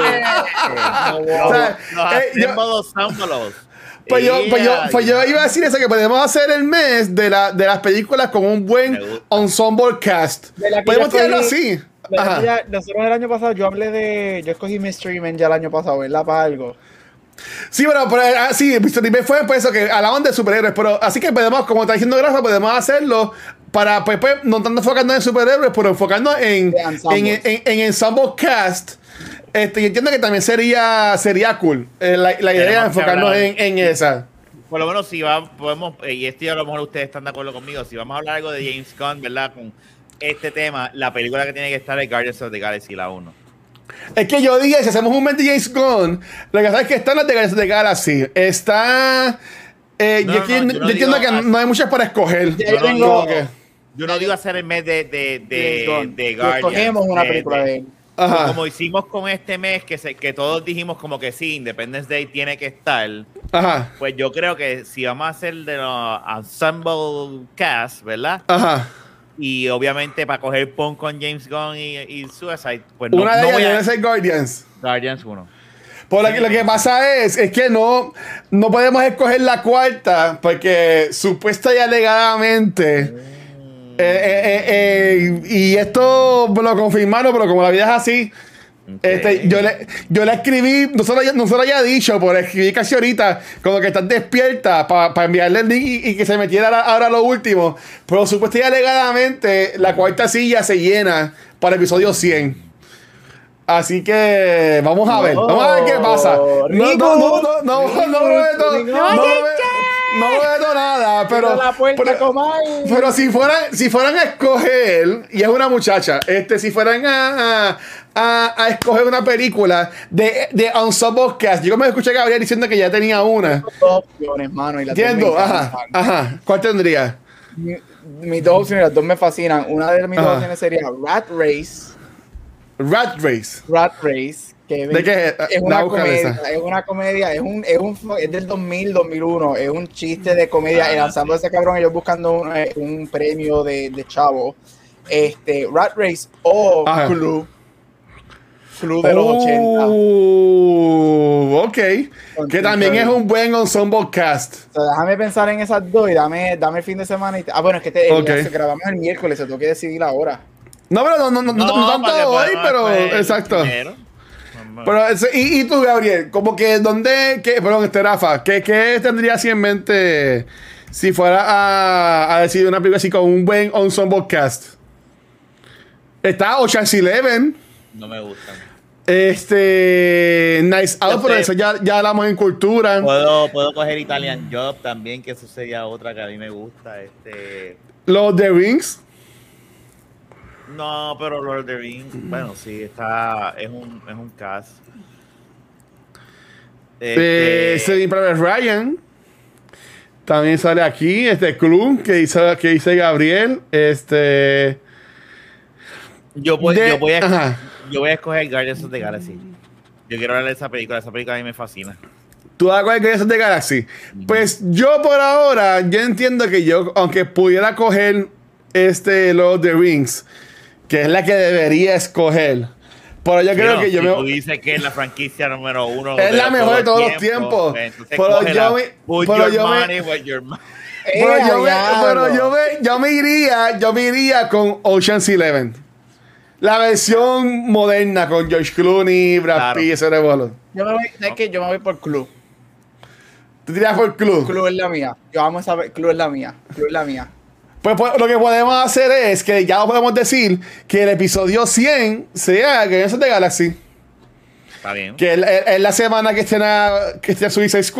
[SPEAKER 2] no, no,
[SPEAKER 1] o sea,
[SPEAKER 3] Los
[SPEAKER 1] eh, yo-
[SPEAKER 3] ensembles, ensembles.
[SPEAKER 1] Pues yo, pues, yo,
[SPEAKER 3] Yeah,
[SPEAKER 1] pues yo
[SPEAKER 3] yeah.
[SPEAKER 1] iba a decir eso, que podemos hacer el mes de, la, de las películas con un buen
[SPEAKER 3] Me gusta.
[SPEAKER 1] ensemble cast.
[SPEAKER 2] De la que
[SPEAKER 1] Podemos
[SPEAKER 2] yo
[SPEAKER 1] tirarlo
[SPEAKER 2] escogí-
[SPEAKER 1] así.
[SPEAKER 2] La-
[SPEAKER 1] Ajá.
[SPEAKER 2] ya- nosotros el año pasado, yo hablé de. Yo escogí Mystery Men ya el año pasado, ¿verdad? Para algo.
[SPEAKER 1] Sí, bueno, pero ah, sí, mister Nivel fue por eso que hablaban de superhéroes, pero así que podemos, como está diciendo Grafa, podemos hacerlo para, pues, pues, no tanto enfocarnos en superhéroes, pero enfocarnos en,
[SPEAKER 2] De
[SPEAKER 1] en,
[SPEAKER 2] ensembles.
[SPEAKER 1] en, en ensemble cast. Este, y entiendo que también sería, sería cool eh, la, la idea de
[SPEAKER 3] Tenemos que
[SPEAKER 1] enfocarnos
[SPEAKER 3] hablar.
[SPEAKER 1] en, en esa.
[SPEAKER 3] Por lo menos si va, podemos, eh, y esto ya a lo mejor ustedes están de acuerdo conmigo, si vamos a hablar algo de James Gunn, ¿verdad? Con este tema, la película que tiene que estar es Guardians of the Galaxy, la uno.
[SPEAKER 1] Es que yo dije, si hacemos un mes de James Gunn, lo que pasa es que están las de Guardians of the Galaxy. Está. Eh,
[SPEAKER 3] No,
[SPEAKER 1] yo,
[SPEAKER 3] no,
[SPEAKER 1] aquí-
[SPEAKER 3] no, yo
[SPEAKER 1] yo
[SPEAKER 3] no
[SPEAKER 1] entiendo
[SPEAKER 3] digo-
[SPEAKER 1] que no hay muchas para escoger.
[SPEAKER 2] Ya
[SPEAKER 3] yo
[SPEAKER 1] Como
[SPEAKER 2] tengo-
[SPEAKER 1] que-
[SPEAKER 3] Yo no digo hacer el mes de, de, de,
[SPEAKER 2] James Gunn.
[SPEAKER 3] de
[SPEAKER 2] Y
[SPEAKER 3] Guardians.
[SPEAKER 2] escogemos una
[SPEAKER 3] de-
[SPEAKER 2] película
[SPEAKER 3] de-
[SPEAKER 2] de él.
[SPEAKER 1] Ajá.
[SPEAKER 3] Como hicimos con este mes, que, se, que todos dijimos como que sí, Independence Day tiene que estar.
[SPEAKER 1] Ajá.
[SPEAKER 3] Pues yo creo que si vamos a hacer de los ensemble cast, ¿verdad?
[SPEAKER 1] Ajá.
[SPEAKER 3] Y obviamente para coger pon con James Gunn y, y Suicide, pues no,
[SPEAKER 1] Una de
[SPEAKER 3] no
[SPEAKER 1] ellas
[SPEAKER 3] voy
[SPEAKER 1] debe
[SPEAKER 3] a
[SPEAKER 1] ser Guardians.
[SPEAKER 3] Guardians uno.
[SPEAKER 1] Por lo, que, lo que pasa es, es que no, no podemos escoger la cuarta porque supuesta y alegadamente. eh, eh, eh, eh, y esto me lo confirmaron, pero como la vida es así. Este, yo, le, yo le escribí, no se lo, haya- no se lo haya dicho, pero escribí casi ahorita, como que estás despierta para enviarle el link y, y que se metiera ahora, ahora lo último. Pero supuestamente y alegadamente la cuarta silla se llena para el episodio cien. Así que vamos a ver,
[SPEAKER 2] No,
[SPEAKER 1] vamos a ver qué pasa. No, no, no, no, no, no, no prometo,
[SPEAKER 2] Rico.
[SPEAKER 1] no, prometo- no prometo nada, pero,
[SPEAKER 2] Cierra la puerta,
[SPEAKER 1] pero,
[SPEAKER 2] Comay.
[SPEAKER 1] pero si fueran, si fueran a escoger, y es una muchacha, este, si fueran a, a, a, a escoger una película de, de Ensemble Cast, yo me escuché a Gabriel diciendo que ya tenía una.
[SPEAKER 2] Dos opciones, mano. Y las dos me
[SPEAKER 1] Entiendo, ajá,
[SPEAKER 2] encantan.
[SPEAKER 1] ajá. ¿Cuál tendría?
[SPEAKER 2] Mi- Mis dos opciones, las dos me fascinan. Una de mis
[SPEAKER 1] Ajá.
[SPEAKER 2] dos opciones sería Rat Race.
[SPEAKER 1] Rat Race.
[SPEAKER 2] Rat Race. Que
[SPEAKER 1] ¿De qué es?
[SPEAKER 2] es
[SPEAKER 1] La
[SPEAKER 2] una
[SPEAKER 1] busca
[SPEAKER 2] comedia,
[SPEAKER 1] esa.
[SPEAKER 2] es una comedia, es un, es un, es del dos mil, dos mil uno, es un chiste de comedia, el ensamble de ese cabrón, ellos buscando un, eh, un premio de, de chavo, este, Rat Race o
[SPEAKER 1] Ajá.
[SPEAKER 2] Clue, Clue de los ochenta.
[SPEAKER 1] Oh, ok. Que
[SPEAKER 2] Con
[SPEAKER 1] también
[SPEAKER 2] Tim
[SPEAKER 1] es
[SPEAKER 2] Curry.
[SPEAKER 1] un buen ensemble cast.
[SPEAKER 2] O sea, déjame pensar en esas dos y dame, dame el fin de semana. Y te- ah, bueno, es que te,
[SPEAKER 1] Ok.
[SPEAKER 2] el- grabamos el miércoles, se tengo que decidir ahora.
[SPEAKER 1] No, pero no, no, no, no, no tanto
[SPEAKER 3] para que
[SPEAKER 1] hoy,
[SPEAKER 3] podamos
[SPEAKER 1] pero
[SPEAKER 3] escoger
[SPEAKER 1] exacto.
[SPEAKER 3] primero.
[SPEAKER 1] Pero, ese- y, y tú, Gabriel, como que, ¿dónde, qué, perdón, este Rafa, ¿qué, qué tendrías así en mente si fuera a, a decir una película así con un buen ensemble cast? Está Ocean's Eleven,
[SPEAKER 3] No me gustan.
[SPEAKER 1] este, Nice Out,
[SPEAKER 3] Yo
[SPEAKER 1] pero
[SPEAKER 3] sé.
[SPEAKER 1] eso ya, ya hablamos en cultura.
[SPEAKER 3] Puedo, puedo coger Italian Job también, que eso sería otra que a mí me gusta. Este,
[SPEAKER 1] Los The Rings.
[SPEAKER 3] no, pero Lord of the Rings, bueno, sí, está, es un, es un cast.
[SPEAKER 1] Eh,
[SPEAKER 3] Este,
[SPEAKER 1] Saving Private Ryan. También sale aquí este Club que dice, que dice Gabriel. Este.
[SPEAKER 3] yo, voy,
[SPEAKER 1] de-
[SPEAKER 3] yo, voy a,
[SPEAKER 1] ajá.
[SPEAKER 3] yo voy a escoger Guardians of the Galaxy. Yo quiero hablar de esa película, esa película a mí me fascina.
[SPEAKER 1] ¿Tú das cuenta que es de Galaxy? Pues yo por ahora, yo entiendo que yo, aunque pudiera coger este Lord of the Rings, que es la que debería escoger, pero yo
[SPEAKER 3] Sí,
[SPEAKER 1] creo
[SPEAKER 3] no,
[SPEAKER 1] que yo
[SPEAKER 3] si
[SPEAKER 1] me.
[SPEAKER 3] tú dices que es la franquicia número uno.
[SPEAKER 1] Es la mejor de todos los tiempos.
[SPEAKER 3] pues, entonces
[SPEAKER 1] Pero
[SPEAKER 3] cógela.
[SPEAKER 1] yo me-
[SPEAKER 3] Put
[SPEAKER 1] pero
[SPEAKER 3] your
[SPEAKER 1] yo me-
[SPEAKER 3] money where your money-
[SPEAKER 1] Pero,
[SPEAKER 2] ¡Eh,
[SPEAKER 1] yo, me,
[SPEAKER 2] diablo!
[SPEAKER 1] pero yo, me, yo me iría, yo me iría con Ocean's Eleven. La versión moderna con George Clooney, Brad
[SPEAKER 3] Claro.
[SPEAKER 1] Pitt, ese revuelo.
[SPEAKER 2] Yo me voy, ¿sabes qué? Yo me voy por Clue.
[SPEAKER 1] ¿Tú tiras por club?
[SPEAKER 2] Clue es la mía. Yo amo esa Clue es la mía. Clue es la mía.
[SPEAKER 1] Pues, pues, lo que podemos hacer es que ya podemos decir que el episodio cien sea Guardians of the Galaxy.
[SPEAKER 3] Está bien.
[SPEAKER 1] Que es, es- es la semana que estrena, que estrena Suicide Squad.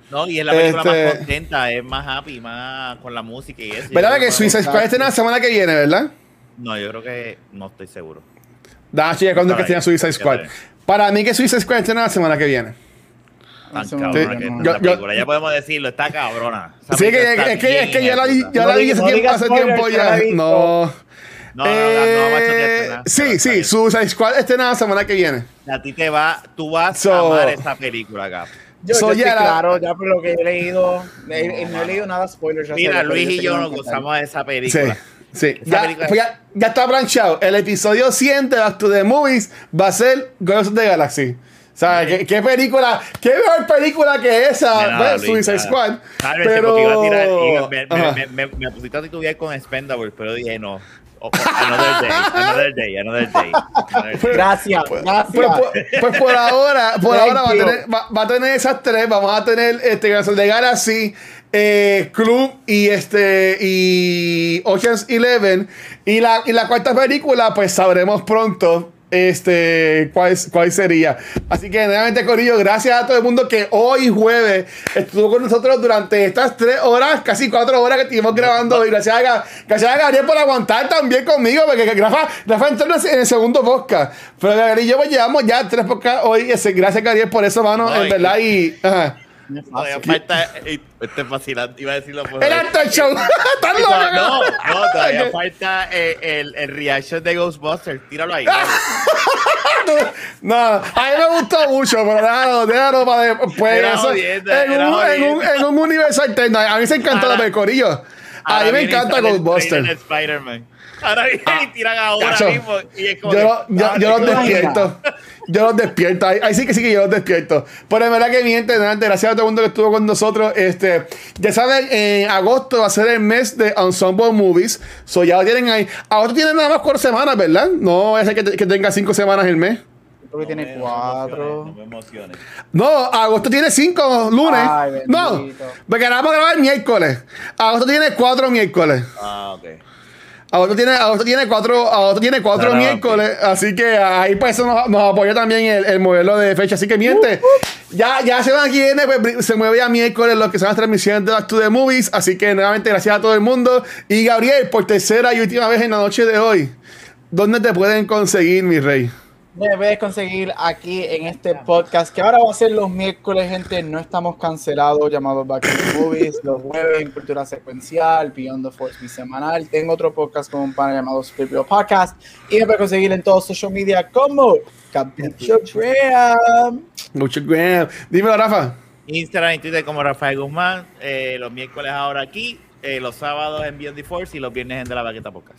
[SPEAKER 3] No, y es la película
[SPEAKER 1] Este-
[SPEAKER 3] más contenta, es más happy, más con la música y eso.
[SPEAKER 1] ¿Verdad
[SPEAKER 3] Yo
[SPEAKER 1] que
[SPEAKER 3] creo
[SPEAKER 1] Suicide Squad está la semana que viene, verdad?
[SPEAKER 3] No, yo creo que no estoy seguro.
[SPEAKER 1] Da, chica, cuando es que
[SPEAKER 3] Está
[SPEAKER 1] tiene
[SPEAKER 3] bien,
[SPEAKER 1] Suicide
[SPEAKER 3] ya
[SPEAKER 1] Squad.
[SPEAKER 3] veré.
[SPEAKER 1] Para mí que Suicide Squad está la semana que viene.
[SPEAKER 3] Tan
[SPEAKER 2] Eso
[SPEAKER 3] cabrona
[SPEAKER 2] no-
[SPEAKER 3] que
[SPEAKER 2] no-
[SPEAKER 3] está
[SPEAKER 1] yo-
[SPEAKER 3] esa
[SPEAKER 1] yo-
[SPEAKER 3] película. Ya podemos decirlo, está cabrona. Esa
[SPEAKER 1] Sí, que,
[SPEAKER 3] película está
[SPEAKER 1] es que,
[SPEAKER 3] bien
[SPEAKER 1] es que yo la vi,
[SPEAKER 3] ejecutada.
[SPEAKER 1] yo
[SPEAKER 2] No
[SPEAKER 1] la vi
[SPEAKER 2] digas-
[SPEAKER 1] hace,
[SPEAKER 2] no
[SPEAKER 1] tiempo,
[SPEAKER 2] digas
[SPEAKER 1] hace
[SPEAKER 2] spoilers,
[SPEAKER 1] tiempo
[SPEAKER 2] yo la
[SPEAKER 1] ya.
[SPEAKER 2] he visto.
[SPEAKER 1] No.
[SPEAKER 3] No, no, no, no vamos a
[SPEAKER 1] Eh,
[SPEAKER 3] chotear nada,
[SPEAKER 1] sí,
[SPEAKER 3] pero está
[SPEAKER 1] sí,
[SPEAKER 3] bien.
[SPEAKER 1] Suicide Squad está la semana que viene.
[SPEAKER 3] A ti te va, tú vas
[SPEAKER 1] So-
[SPEAKER 3] a amar esa película acá.
[SPEAKER 2] Yo,
[SPEAKER 1] So,
[SPEAKER 2] yo estoy
[SPEAKER 1] ya la-
[SPEAKER 2] claro, ya por lo que yo he leído, he- he- no,
[SPEAKER 3] mano.
[SPEAKER 2] he leído nada spoilers. ya
[SPEAKER 3] Mira,
[SPEAKER 2] sé, pero
[SPEAKER 3] Luis
[SPEAKER 2] sé
[SPEAKER 3] y
[SPEAKER 2] que
[SPEAKER 3] yo
[SPEAKER 2] me
[SPEAKER 3] nos
[SPEAKER 2] va a encantar.
[SPEAKER 3] gozamos de esa
[SPEAKER 1] Sí,
[SPEAKER 3] película.
[SPEAKER 1] sí.
[SPEAKER 3] Esa
[SPEAKER 1] Ya,
[SPEAKER 3] película-
[SPEAKER 1] pues ya, ya está planchado. El episodio cien de Back to the Movies va a ser Guardians of the Galaxy. ¿Sabes? ¿Qué, qué película? ¿Qué mejor película que esa?
[SPEAKER 3] De nada,
[SPEAKER 1] Pues,
[SPEAKER 3] Luis,
[SPEAKER 1] Suicide
[SPEAKER 3] nada.
[SPEAKER 1] Squad.
[SPEAKER 3] Cálmese,
[SPEAKER 1] Pero.
[SPEAKER 3] porque iba a tirar, iba- me, me,
[SPEAKER 1] Ajá.
[SPEAKER 3] me, me, me pusiste a titubear con Expendables, pero dije no. Oh, oh, another day, another day, another day. Another day.
[SPEAKER 2] Gracias, gracias.
[SPEAKER 1] Pues, pues- pues por ahora, por
[SPEAKER 2] Thank
[SPEAKER 1] ahora va a,
[SPEAKER 2] you.
[SPEAKER 1] tener, va, va a tener esas tres. Vamos a tener este Guardians of the Galaxy, eh, Club y este y Ocean's Eleven. Y la, y la cuarta película, pues sabremos pronto este cuál, cuál sería. Así que nuevamente, Corillo, gracias a todo el mundo que hoy jueves estuvo con nosotros durante estas tres horas, casi cuatro horas que estuvimos grabando. Y gracias a, Ga- gracias a Gabriel por aguantar también conmigo, porque que Rafa, Rafa entró en el segundo podcast. Pero Gabriel y yo pues, llevamos ya tres podcasts hoy. Ese- Gracias, Gabriel, por eso, mano,
[SPEAKER 3] No,
[SPEAKER 1] en
[SPEAKER 3] y-
[SPEAKER 1] verdad. Y ajá.
[SPEAKER 3] Todavía falta, eh, este es fascinante, iba a decirlo por
[SPEAKER 1] El After Show. Estás loco.
[SPEAKER 3] No, no, todavía falta eh, el, el reaction de Ghostbusters. Tíralo ahí. dale.
[SPEAKER 1] No, a mí me gustó mucho, pero déjalo, déjalo para después.
[SPEAKER 3] Era
[SPEAKER 1] Eso,
[SPEAKER 3] jodiendo,
[SPEAKER 1] en,
[SPEAKER 3] era
[SPEAKER 1] un, en, un,
[SPEAKER 3] jodiendo.
[SPEAKER 1] en un universo alterno. A mí se encantó
[SPEAKER 3] Ahora-
[SPEAKER 1] la Corillo. A
[SPEAKER 3] Ahora
[SPEAKER 1] mí me
[SPEAKER 3] viene y
[SPEAKER 1] encanta
[SPEAKER 3] sale el
[SPEAKER 1] Ghostbusters.
[SPEAKER 3] trailer de Spider-Man. Ahora vienen y tiran ahora
[SPEAKER 1] Cacho,
[SPEAKER 3] mismo. Y es como
[SPEAKER 1] Yo,
[SPEAKER 3] que,
[SPEAKER 1] lo- yo,
[SPEAKER 3] ah,
[SPEAKER 1] yo los
[SPEAKER 3] es como-
[SPEAKER 1] despierto. Yo los despierto. Ahí, ahí sí que sí que yo los despierto. Pero en verdad que mi gente, delante, gracias a todo el mundo que estuvo con nosotros. Este, ya saben, en agosto va a ser el mes de Ensemble Movies. So ya lo tienen ahí. Agosto tiene nada más cuatro semanas, ¿verdad? No es que, que tenga cinco semanas el mes.
[SPEAKER 2] Creo que tiene
[SPEAKER 3] No me
[SPEAKER 2] cuatro.
[SPEAKER 3] emociones, no me emociones.
[SPEAKER 1] No, agosto tiene cinco lunes.
[SPEAKER 2] Ay,
[SPEAKER 1] no,
[SPEAKER 2] bendito.
[SPEAKER 1] porque ahora vamos a grabar miércoles. Agosto tiene cuatro miércoles.
[SPEAKER 3] Ah, ok.
[SPEAKER 1] Agosto tiene, agosto tiene cuatro, agosto tiene cuatro
[SPEAKER 3] No, no,
[SPEAKER 1] miércoles, así que ahí pues eso nos, nos apoya también el, el modelo de fecha. Así que miente, ya, ya se van aquí viene, pues, se mueve a miércoles lo que son las transmisiones de Back to the Movies. Así que nuevamente gracias a todo el mundo. Y Gabriel, por tercera y última vez en la noche de hoy, ¿dónde te pueden conseguir, mi rey?
[SPEAKER 2] Me puedes conseguir aquí en este podcast, que ahora va a ser los miércoles, gente. No estamos cancelados, llamado Back to the Movies. Los jueves en Cultura Secuencial, Beyond the Force, mi semanal. Tengo otro podcast con un pana llamado Scripio Podcast. Y me puedes conseguir en todos social media como Capricho Graham.
[SPEAKER 1] Mucho bien. Dímelo, Rafa.
[SPEAKER 3] Instagram y Twitter como Rafael Guzmán. eh, los miércoles ahora aquí. eh, los sábados en Beyond the Force y los viernes en De la Baqueta Podcast.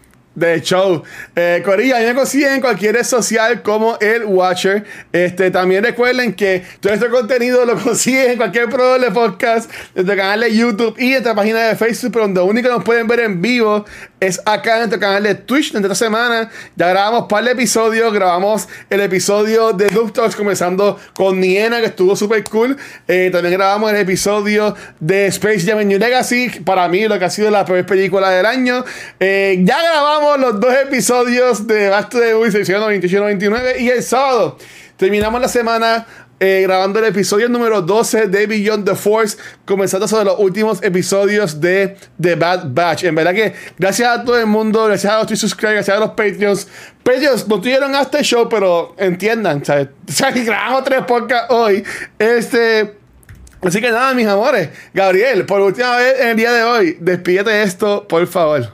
[SPEAKER 1] De show. Eh, Corilla, a mí me consiguen en cualquier red social como el Watcher. Este, también recuerden que todo este contenido lo consiguen en cualquier proveedor de podcast, en nuestro canal de YouTube y en nuestra página de Facebook, pero donde único nos pueden ver en vivo es acá en nuestro canal de Twitch. Desde esta semana ya grabamos un par de episodios. Grabamos el episodio de Noob Talks comenzando con Niena, que estuvo súper cool. Eh, también grabamos el episodio de Space Jam New Legacy, para mí lo que ha sido la peor película del año. Eh, ya grabamos los dos episodios de Back to the Movies, sección noventa y ocho y noventa y nueve, y el sábado terminamos la semana eh, grabando el episodio número doce de Beyond the Force, comenzando sobre los últimos episodios de The Bad Batch. En verdad que gracias a todo el mundo, gracias a los Twitch subscribers, gracias a los Patreons. Patreons no tuvieron hasta el show, pero entiendan, ¿sabes? O sea, que grabamos tres podcasts hoy. Este... Así que nada, mis amores. Gabriel, por última vez en el día de hoy, despídete de esto, por favor.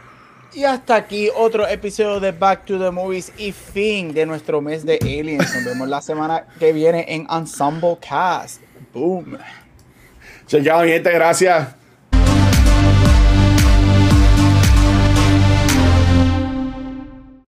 [SPEAKER 2] Y hasta aquí otro episodio de Back to the Movies y fin de nuestro mes de Aliens. Nos vemos la semana que viene en Ensemble Cast. Boom.
[SPEAKER 1] Chequeado, mi gente, gracias.